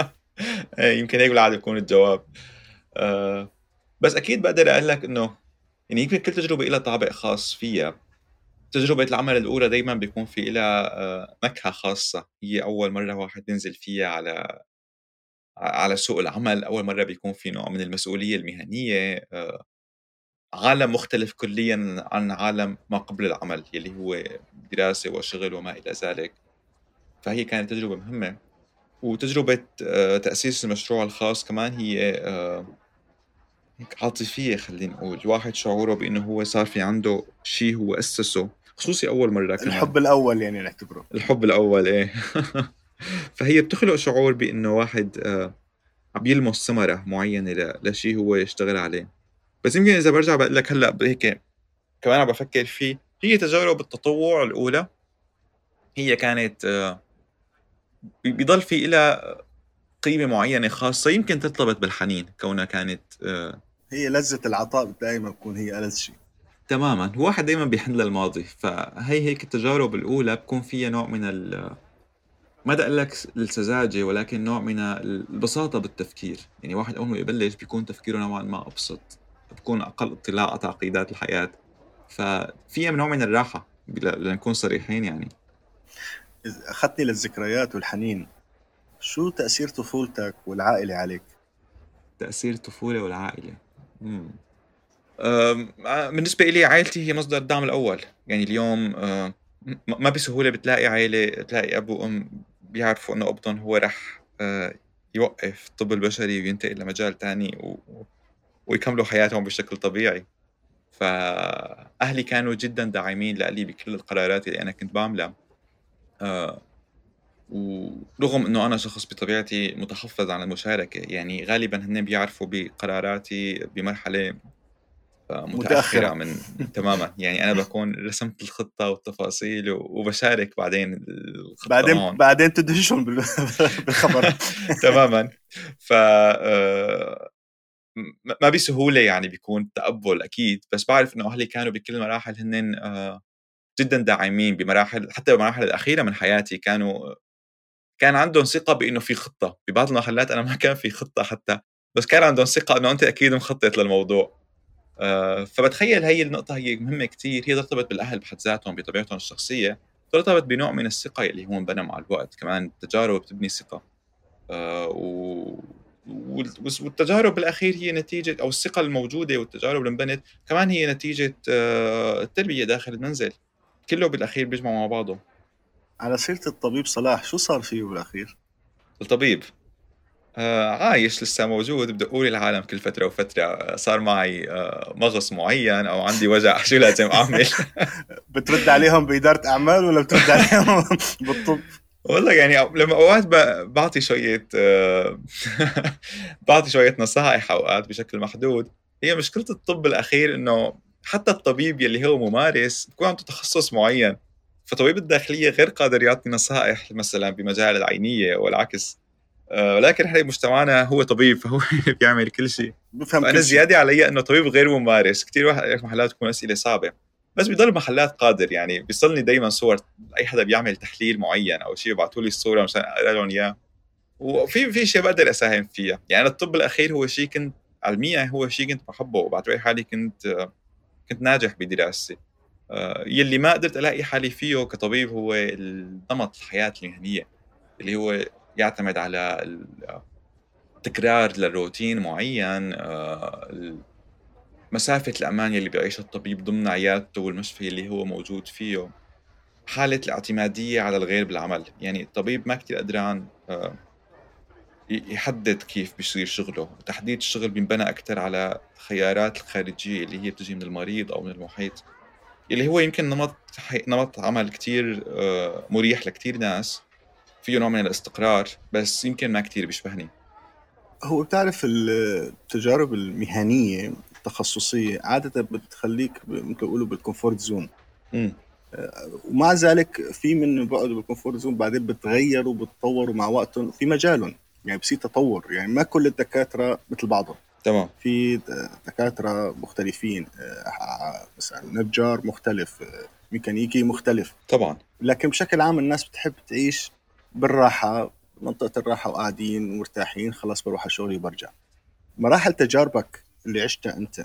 إيه، يمكن هيك بالعادة بيكون الجواب. آآ، بس أكيد باقدر أقول لك إنه يعني يمكن كل تجربة إلها طابع خاص فيها. تجربة العمل الأولى دايمًا بيكون في إلها آآ، نكهة خاصة، هي أول مرّة واحد ينزل فيها على ع على سوق العمل، أول مرّة بيكون في نوع من المسؤولية المهنية، آآ، عالم مختلف كليًا عن عالم ما قبل العمل، يلّي هو دراسة وشغل وما إلى ذلك. فهي كانت تجربة مهمة. وتجربة آآ تأسيس المشروع الخاص كمان هي آآ هيك عاطفية خلّينا نقول، الواحد شعوره بإنه هو صار في عنده شي هو أسسه، خصوصي أول مرّة كمان. الحب الأول يعني نعتبره. الحب الأول إيه. فهي بتخلق شعور بإنه واحد آآ عم يلمس ثمرة معيّنة ل لشي هو يشتغل عليه. بس يمكن إذا بارجع باقول لك هلأ ب هيك كمان عم بافكّر فيه، هي تجارب التطوّع الأولى هي كانت آآ بي بيضل في إلها قيمة معيّنة خاصة يمكن ترتبط بالحنين كونها كانت آآ هي لذة العطاء دائما بكون هي ألذ شيء. تمامًا، الواحد دايمًا بيحن للماضي، فهي هيك التجارب الأولى بيكون فيها نوع من ال ما بدي أقول لك س السذاجة ولكن نوع من البساطة بالتفكير، يعني الواحد أول ما يبلش بيكون تفكيره نوعًا ما أبسط، بيكون أقل اطلاع على تعقيدات الحياة، ففيها نوع من الراحة ل لنكون صريحين يعني. إذ أخذتني للذكريات والحنين، شو تأثير طفولتك والعائلة عليك؟ تأثير الطفولة والعائلة، إمم. آمم، آآ، بالنسبة إلي عيلتي هي مصدر الدعم الأول، يعني اليوم آآ، م ما بسهولة بتلاقي عيلة تلاقي أب وأم بيعرفوا إنه ابنهم هو رح آآ، يوقّف الطب البشري وينتقل لمجال تاني و ويكملوا حياتهم بشكل طبيعي. فأهلي كانوا جدًا داعمين لألي بكل القرارات اللي أنا كنت باعملها. آآ، ورغم إنه أنا شخص بطبيعتي متحفّظ عن المشاركة، يعني غالبًا هنّن بيعرفوا بقراراتي بمرحلة متأخرة متأخرة. من تمامًا، يعني أنا باكون رسمت الخطة والتفاصيل و وباشارك بعدين الخطة بعدين معهم. بعدين تدهشهم بال- بالخبر. تمامًا. ف آآ م ما بسهولة يعني بيكون التقبُّل أكيد، بس باعرف إنه أهلي كانوا بكل المراحل هنّن آآ جدًا داعمين بمراحل حتى بالمراحل الأخيرة من حياتي كانوا كان عندهم ثقة بإنه في خطة، ببعض المحلات أنا ما كان في خطة حتى، بس كان عندهم ثقة إنه أنت أكيد مخطط للموضوع. آآ، فباتخيّل هي النقطة هي مهمة كتير، هي ترتبط بالأهل بحد ذاتهم بطبيعتهم الشخصية، ترتبط بنوع من الثقة يلّي هو انبنى مع الوقت، كمان التجارب بتبني ثقة. آآ، و وال والس والتجارب بالأخير هي نتيجة أو الثقة الموجودة والتجارب اللي انبنت كمان هي نتيجة آآ، التربية داخل المنزل، كلّه بالأخير بيجمع مع بعضه. على سيرة الطبيب صلاح، شو صار فيه بالأخير؟ الطبيب آآ عايش لسه موجود، بدقوا لي العالم كل فترة وفترة، صار معي آآ مغص معيّن أو عندي وجع شو لازم أعمل؟ بترد عليهم بإدارة أعمال ولا بترد عليهم بالطب؟ والله يعني أو لمّا أوقات ب باعطي شوية آآ باعطي شوية نصائح أوقات بشكل محدود. هي مشكلة الطب الأخير إنه حتى الطبيب يلّي هو ممارس بيكون عنده تخصُّص معيّن، فطبيب الداخلية غير قادر يعطي نصائح مثلًا بمجال العينية والعكس. آآ ولكن إحنا بمجتمعنا هو طبيب، فهو بيعمل كل شي. بفهم فأنا كل شيء. زيادة علي إنه طبيب غير ممارس، كتير واحد محلات تكون أسئلة صعبة، بس بيضل محلات قادر يعني بيصلني دايمًا صور أي حدا بيعمل تحليل معين أو شي بيبعتوا لي الصورة مشان أقرا لهم إياه، وفي في أشياء باقدر أساهم فيها، يعني أنا الطب الأخير هو شي كنت علميًا هو شي كنت باحبه وباعتبر حالي كنت كنت ناجح بدراستي. آآ يلّي ما قدرت ألاقي حالي فيه كطبيب هو ال نمط الحياة المهنية، اللي هو يعتمد على ال تكرار لروتين معين، آآ ال مسافة الأمان يلّي بيعيشها الطبيب ضمن عيادته والمشفى اللي هو موجود فيه، حالة الاعتمادية على الغير بالعمل، يعني الطبيب ما كتير قدران آآ ي يحدد كيف بيصير شغله، وتحديد الشغل بينبنى أكتر على الخيارات الخارجية اللي هي بتيجي من المريض أو من المحيط، اللي هو يمكن نمط ح نمط عمل كتير آآ مريح لكتير ناس، فيه نوع من الاستقرار، بس يمكن ما كتير بيشبهني. هو بتعرف التجارب المهنية التخصصية عادة بتخليك ب- مثل يقولوا بالكومفورت زون. إمم، ومع ذلك في من بيقعدوا بالكونفورت زون بعدين بتغيروا وبتطوروا مع وقتهم في مجالهم، يعني بصير تطور. يعني ما كل الدكاترة مثل بعضهم، تمام. في دكاترة مختلفين، آه، مثلا نجار مختلف، آه، ميكانيكي مختلف. طبعا. لكن بشكل عام الناس بتحب تعيش بالراحة، منطقة الراحة، وقاعدين مرتاحين، خلاص بروح على شغلي وبرجع. مراحل تجاربك اللي عشتها أنت،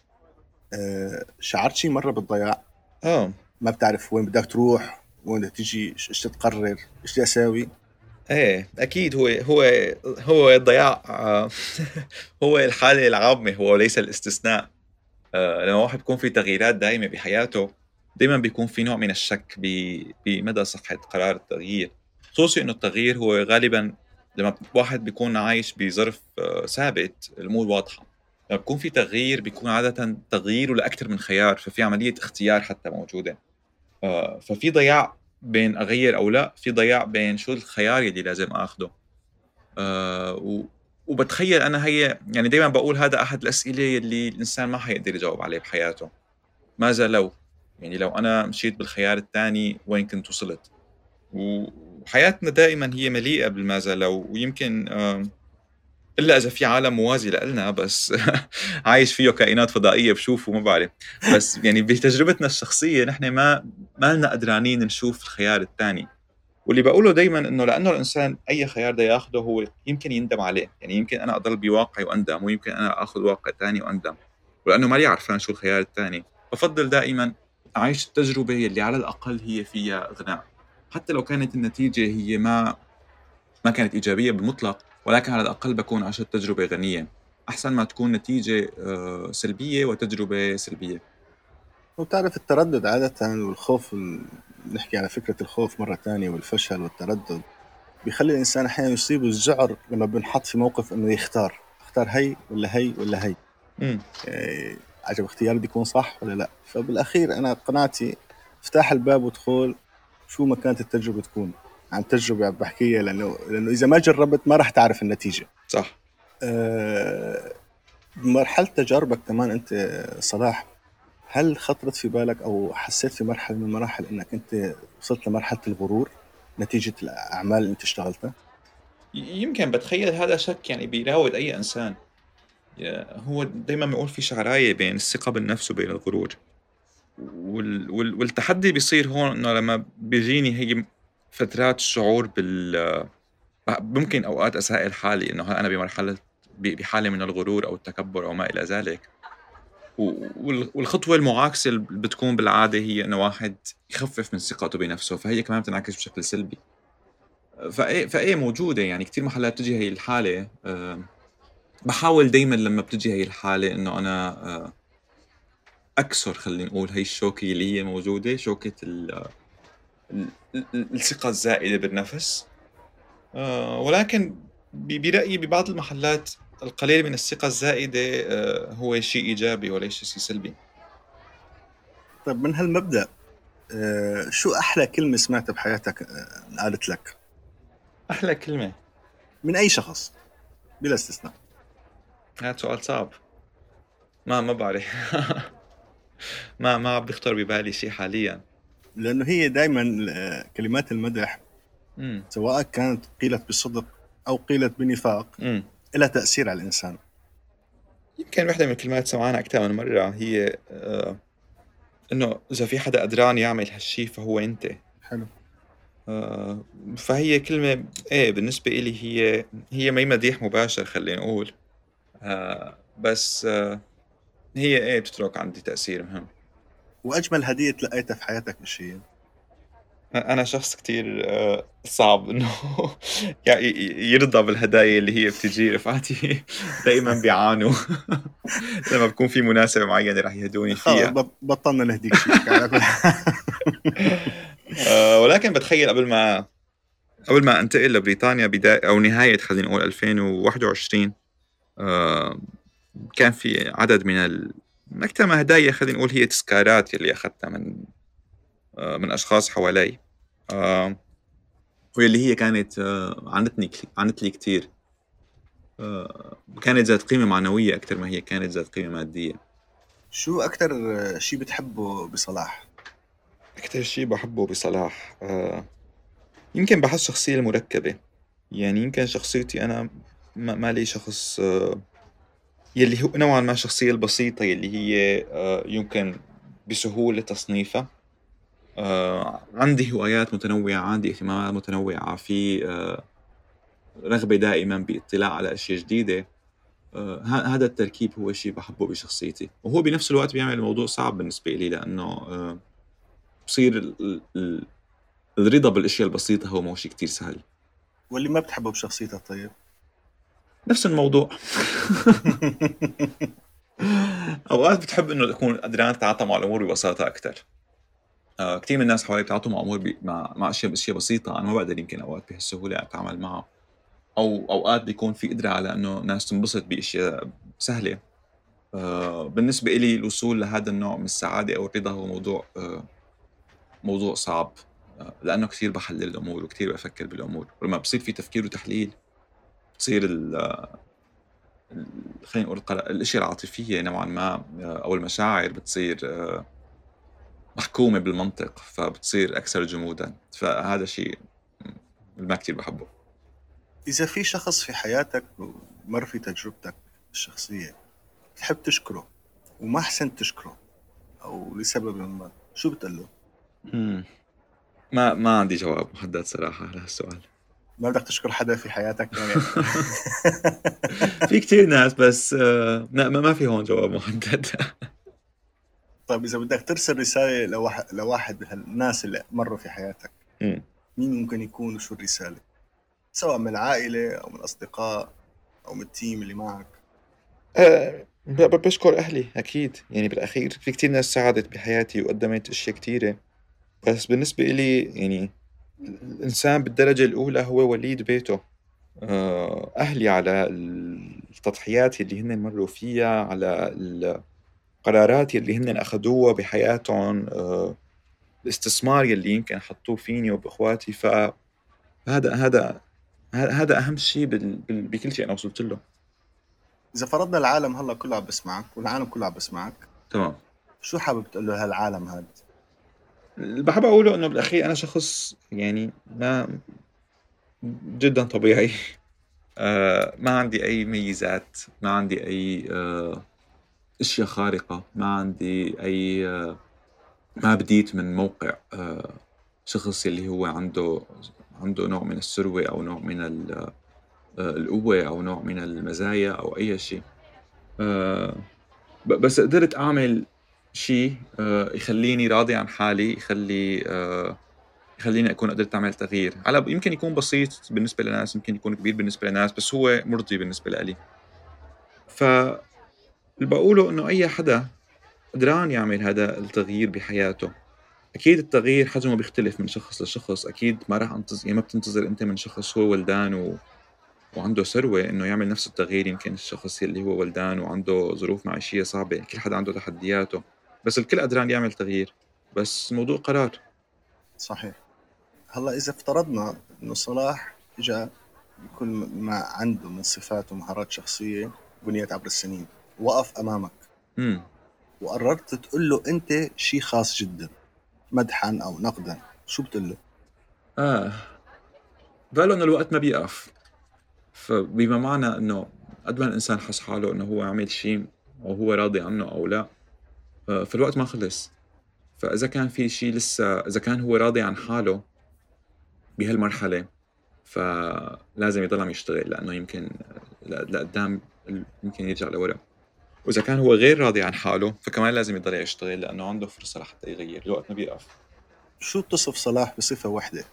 آه، شعرت شي مرة بالضياع؟ اه ما بتعرف وين بدك تروح، وين بدك تيجي، ايش تقرر، ايش بدي اساوي؟ ايه اكيد. هو هو هو الضياع آه، هو الحالة العامة، هو ليس الاستثناء. آه، لما واحد بيكون في تغييرات دائمة بحياته، دائما بيكون في نوع من الشك ب- بمدى صحة قرار التغيير. خصوصي انه التغيير هو غالبا لما واحد بيكون عايش بظرف آه، ثابت، الامور واضحة. لما بيكون في تغيير بيكون عادة تغييره لأكثر من خيار، ففي عملية اختيار حتى موجودة. آه، ففي ضياع بين أغير أو لا، في ضياع بين شو الخيار اللي لازم أخده. آه، و وبتخيل أنا هي يعني دايما بقول هذا أحد الأسئلة اللي الإنسان ما حيقدر يجاوب عليه بحياته. ماذا لو، يعني لو أنا مشيت بالخيار الثاني وين كنت وصلت؟ وحياتنا دائما هي مليئة بالماذا لو، ويمكن آه، إلا إذا في عالم موازي لنا بس عايش فيه كائنات فضائية بشوفه ما بعرف. بس يعني بتجربتنا الشخصية نحن ما ما لنا قدرانين نشوف الخيار الثاني. واللي بقوله دايما إنه لأنه الإنسان أي خيار ده ياخده هو يمكن يندم عليه، يعني يمكن أنا أضل بواقعي وأندم، ويمكن أنا أخذ واقع تاني وأندم. ولأنه مالي عارفان شو الخيار الثاني، بفضل دائما أعيش التجربة اللي على الأقل هي فيها إغناء، حتى لو كانت النتيجة هي ما ما كانت إيجابية بالمطلق، ولكن على الأقل بكون عشت تجربة غنية أحسن ما تكون نتيجة آه، سلبية وتجربة سلبية. وتعرف التردد عادة والخوف ال... نحكي على فكرة الخوف مرة تانية والفشل والتردد، بيخلي الإنسان أحيانا يصيبه الذعر لما بنحط في موقف إنه يختار، اختار هي ولا هي ولا هي، امم إيه، عجب اختياري بيكون صح ولا لا. فبالأخير أنا قناعتي افتح الباب ودخول، شو ما كانت التجربة تكون. عن تجربة بحكيها، لأنه لأنه إذا ما جربت ما راح تعرف النتيجة. صح. أه، بمرحلة تجاربك كمان أنت صلاح، هل خطرت في بالك أو حسيت في مرحلة من المراحل أنك أنت وصلت لمرحلة الغرور نتيجة الأعمال اللي أنت اشتغلتها؟ ي- يمكن بتخيل هذا شك يعني بيراود أي إنسان. يا- هو دايما بيقول في شعراية بين الثقة بالنفس وبين الغرور. وال... وال... والتحدي بيصير هون إنه لما بيجيني هي فترات الشعور بال ممكن أوقات أسائل حالي إنه هل أنا بمرحلة ب- بحالة من الغرور أو التكبر أو ما إلى ذلك. و- وال- والخطوة المعاكسة اللي بتكون بالعادة هي إنه واحد يخفف من ثقته بنفسه، فهي كمان بتنعكس بشكل سلبي. فإيه فإيه موجودة يعني كتير محلات بتجي هي الحالة. أه بحاول دايما لما بتجي هي الحالة إنه أنا أه أكسر، خلينا نقول هي الشوكة اللي هي موجودة، شوكة ال- ال- ال- الثقة الزائدة بالنفس. أه ولكن ب- برأيي ببعض المحلات القليل من الثقة الزائدة أه هو شيء إيجابي وليس شيء سلبي. طيب من هالمبدأ، آه، شو أحلى كلمة سمعتها بحياتك آه، انقالت لك أحلى كلمة؟ من أي شخص بلا استثناء؟ هذا سؤال صعب. ما ما بعرف. ما ما عم بيخطر ببالي شيء حاليا. لأنه هي دائما آه، كلمات المدح امم سواء كانت قيلت بصدق أو قيلت بنفاق امم لها تأثير على الإنسان. يمكن وحدة من الكلمات سمعانها أكثر من مرة هي آه إنه إذا في حدا قدران يعمل هالشي فهو أنت. حلو. آه فهي كلمة إيه بالنسبة إلي هي هي مي مديح مباشر خلينا نقول. آه بس آه هي إيه بتترك عندي تأثير مهم. وأجمل هدية تلقيتها في حياتك إيش هي؟ أنا شخص كتير آه، صعب إنه يعني يرضى بالهدايا اللي هي بتجي. رفقاتي دائما بيعانوا لما بكون في مناسبة معينة رح يهدوني خلاص فيها. بط- بطلنا نهديك شيء على كل حال. آه، ولكن بتخيل قبل ما قبل ما انتقل لبريطانيا بداية أو نهاية خلينا نقول ألفين وواحد وعشرين، آه، كان في عدد من ال... أكثر ما هدايا خلينا نقول هي تذكارات اللي أخذتها من آه، من أشخاص حوالي. آه، واللي هي كانت آه، عنتني عنت لي كتير. آه، كانت ذات قيمة معنوية أكثر ما هي كانت ذات قيمة مادية. شو أكتر آه، شيء بتحبه بصلاح؟ أكتر شي بحبه بصلاح آه، يمكن بحس شخصية المركبة. يعني يمكن شخصيتي أنا ما ما لي شخص آه، يلي هو نوعا ما الشخصية البسيطة يلي هي آه، يمكن بسهولة تصنيفها. آه، عندي هوايات متنوعة، عندي اهتمامات متنوعة، في آه، رغبة دائما باطلاع على أشياء جديدة. آه، ه- هذا التركيب هو شيء بحبه بشخصيتي، وهو بنفس الوقت بيعمل الموضوع صعب بالنسبة لي، لأنه آه، بصير ال- ال- ال- الرضا بالأشياء البسيطة هو مو شيء كتير سهل. واللي ما بتحبه بشخصيتك طيب؟ نفس الموضوع. أوقات بتحب إنه تكون قدران تتعاطى مع الأمور ببساطة أكتر. آه، كتير من الناس حوالي بيتعاطوا مع أمور بي... مع مع أشياء أشياء بسيطة، أنا ما بقدر يمكن أوقات بهالسهولة أتعامل معها. أو أوقات بيكون في قدرة على إنه ناس تنبسط بأشياء سهلة. آه، بالنسبة إلي الوصول لهذا النوع من السعادة أو الرضا هو موضوع آه، موضوع صعب. آه، لأنه كثير بحلل الأمور وكثير بفكر بالأمور، ولما بصير في تفكير وتحليل بتصير ال... ال- خلينا نقول القرا- الأشياء العاطفية نوعا ما آه، أو المشاعر بتصير آه، محكومة بالمنطق، فبتصير أكثر جمودا. فهذا شيء ما كتير بحبه. إذا في شخص في حياتك مر في تجربتك الشخصية تحب تشكره وما حسنت تشكره أو لسبب ما، شو بتقول له؟ مم. ما ما عندي جواب محدد صراحة على هالسؤال. ما بدك تشكر حدا في حياتك يعني؟ في كتير ناس بس آه، لا ما ما في هون جواب محدد. طيب إذا بدك ترسل رسالة لواحد لواحد من الناس اللي مروا في حياتك، مم. مين ممكن يكون وشو الرسالة؟ سواء من العائلة أو من الأصدقاء أو من التيم اللي معك. أه ب- ب- بشكر أهلي أكيد. يعني بالأخير في كتير ناس ساعدت بحياتي وقدمت أشياء كتيرة، بس بالنسبة إلي يعني الإنسان بالدرجة الأولى هو وليد بيته. أه أهلي على التضحيات اللي هن مروا فيها، على القرارات اللي هن أخذوها بحياتهم، أه الاستثمار يلي يمكن حطوه فيني وبإخواتي. فهذا هذا هذا أهم شيء بال- بال- بكل شيء أنا وصلت له. إذا فرضنا العالم هلا كله عم بسمعك والعالم كله عم بسمعك، تمام. شو حابب تقول له هالعالم هذا؟ اللي بحب أقوله إنه بالأخير أنا شخص يعني ما جدا طبيعي. آه ما عندي أي ميزات، ما عندي أي آه أشياء خارقة، ما عندي أي آه ما بديت من موقع آه شخص اللي هو عنده عنده نوع من الثروة أو نوع من ال- آه القوة أو نوع من المزايا أو أي شيء. آه ب- بس قدرت أعمل شيء آه يخليني راضي عن حالي، يخلي آه يخليني أكون قدرت أعمل تغيير، على يمكن يكون بسيط بالنسبة لناس، يمكن يكون كبير بالنسبة لناس، بس هو مرضي بالنسبة لي. فاللي بقوله إنه أي حدا قدران يعمل هذا التغيير بحياته. أكيد التغيير حجمه بيختلف من شخص لشخص، أكيد ما راح أنتظر، يعني ما بتنتظر أنت من شخص هو ولدان و... وعنده ثروة إنه يعمل نفس التغيير. يمكن الشخص اللي هو ولدان وعنده ظروف معيشية صعبة، كل حدا عنده تحدياته، بس الكل قدران يعمل تغيير، بس موضوع قرار. صحيح. هلا إذا افترضنا إنه صلاح جاء بكل ما عنده من صفات ومهارات شخصية بنيت عبر السنين، وقف أمامك امم وقررت تقول له أنت شيء خاص جدا، مدحا أو نقدا، شو بتقول له؟ آه بقاله إنه الوقت ما بيقف. فبما معنى انه قد ما الانسان حس حاله انه هو عمل شيء او هو راضي عنه او لا، آه، فالوقت ما خلص. فاذا كان في شيء لسه، اذا كان هو راضي عن حاله بهالمرحله، فلازم يضل عم يشتغل، لانه يمكن ل- لقدام يمكن يرجع لورا. واذا كان هو غير راضي عن حاله فكمان لازم يضل يشتغل، لانه عنده فرصه لحتى يغير، الوقت ما بيقف. شو تصف صلاح بصفة واحدة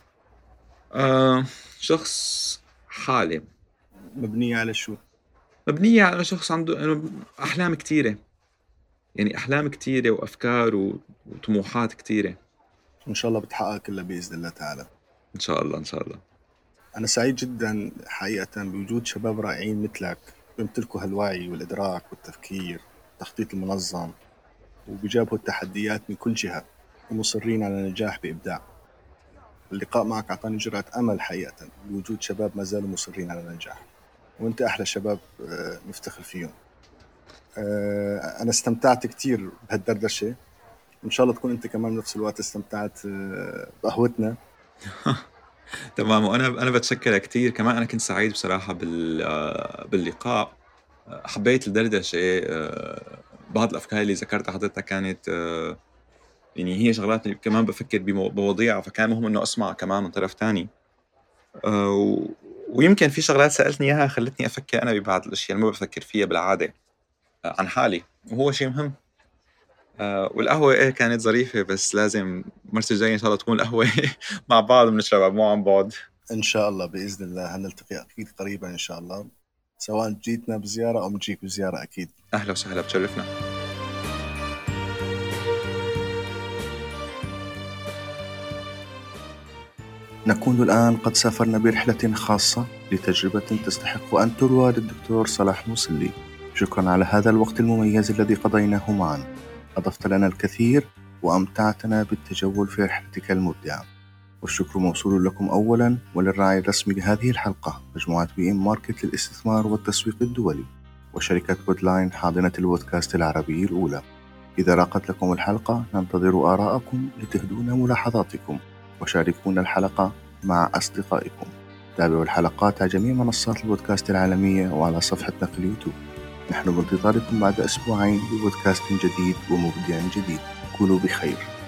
آه شخص حالم، مبنية على شو؟ مبنية على شخص عنده إنه أحلام كتيرة. يعني أحلام كتيرة وأفكار و- وطموحات كتيرة. إن شاء الله بتحقق كلها بإذن الله تعالى. إن شاء الله إن شاء الله. أنا سعيد جدا حقيقة بوجود شباب رائعين مثلك بيمتلكوا هالوعي والإدراك والتفكير والتخطيط المنظم، وبيجابهوا التحديات من كل جهة ومصرين على النجاح بإبداع. اللقاء معك أعطاني جرعة أمل حقيقة بوجود شباب ما زالوا مصرين على النجاح، وأنت أحلى شباب آه، نفتخر فيهم. آه، أنا استمتعت كتير بهالدردشة إن شاء الله تكون أنت كمان بنفس الوقت استمتعت آه، بقهوتنا. تمام، وأنا أنا باتشكّرك كتير، كمان أنا كنت سعيد بصراحة بال آآ باللقاء، آآ حبّيت الدردشة، آآ بعض الأفكار اللي ذكرتها حضرتك كانت آآ يعني هي شغلات كمان بافكّر بمو بمواضيع، فكان مهم إنه أسمع كمان من طرف تاني. آآ و ويمكن في شغلات سألتني إياها خلّتني أفكّر أنا ببعض الأشياء اللي ما بافكّر فيها بالعادة آآ عن حالي، وهو شي مهم. آآ والقهوة إيه كانت ظريفة، بس لازم المرة الجاية إن شاء الله تكون القهوة مع بعض بنشربها مو عن بُعد. إن شاء الله بإذن الله هنلتقي أكيد قريبا إن شاء الله، سواء جيتنا بزيارة أو بنجيك بزيارة أكيد. أهلا وسهلا، بتشرفنا. نكون الآن قد سافرنا برحلة خاصة لتجربة تستحق أن تروى للدكتور صلاح موسلي. شكرا على هذا الوقت المميز الذي قضيناه معا، أضفت لنا الكثير وأمتعتنا بالتجول في رحلتك المبدعة. والشكر موصول لكم أولا وللراعي الرسمي لهذه الحلقة، مجموعة بي إم ماركت للاستثمار والتسويق الدولي، وشركة بودلاين حاضنة البودكاست العربي الأولى. إذا راقت لكم الحلقة ننتظر آراءكم لتهدون ملاحظاتكم، وشاركونا الحلقة مع أصدقائكم. تابعوا الحلقات على جميع منصات البودكاست العالمية وعلى صفحة نقل يوتيوب. نحن بانتظاركم بعد أسبوعين ببودكاست جديد ومبدع جديد. كونوا بخير.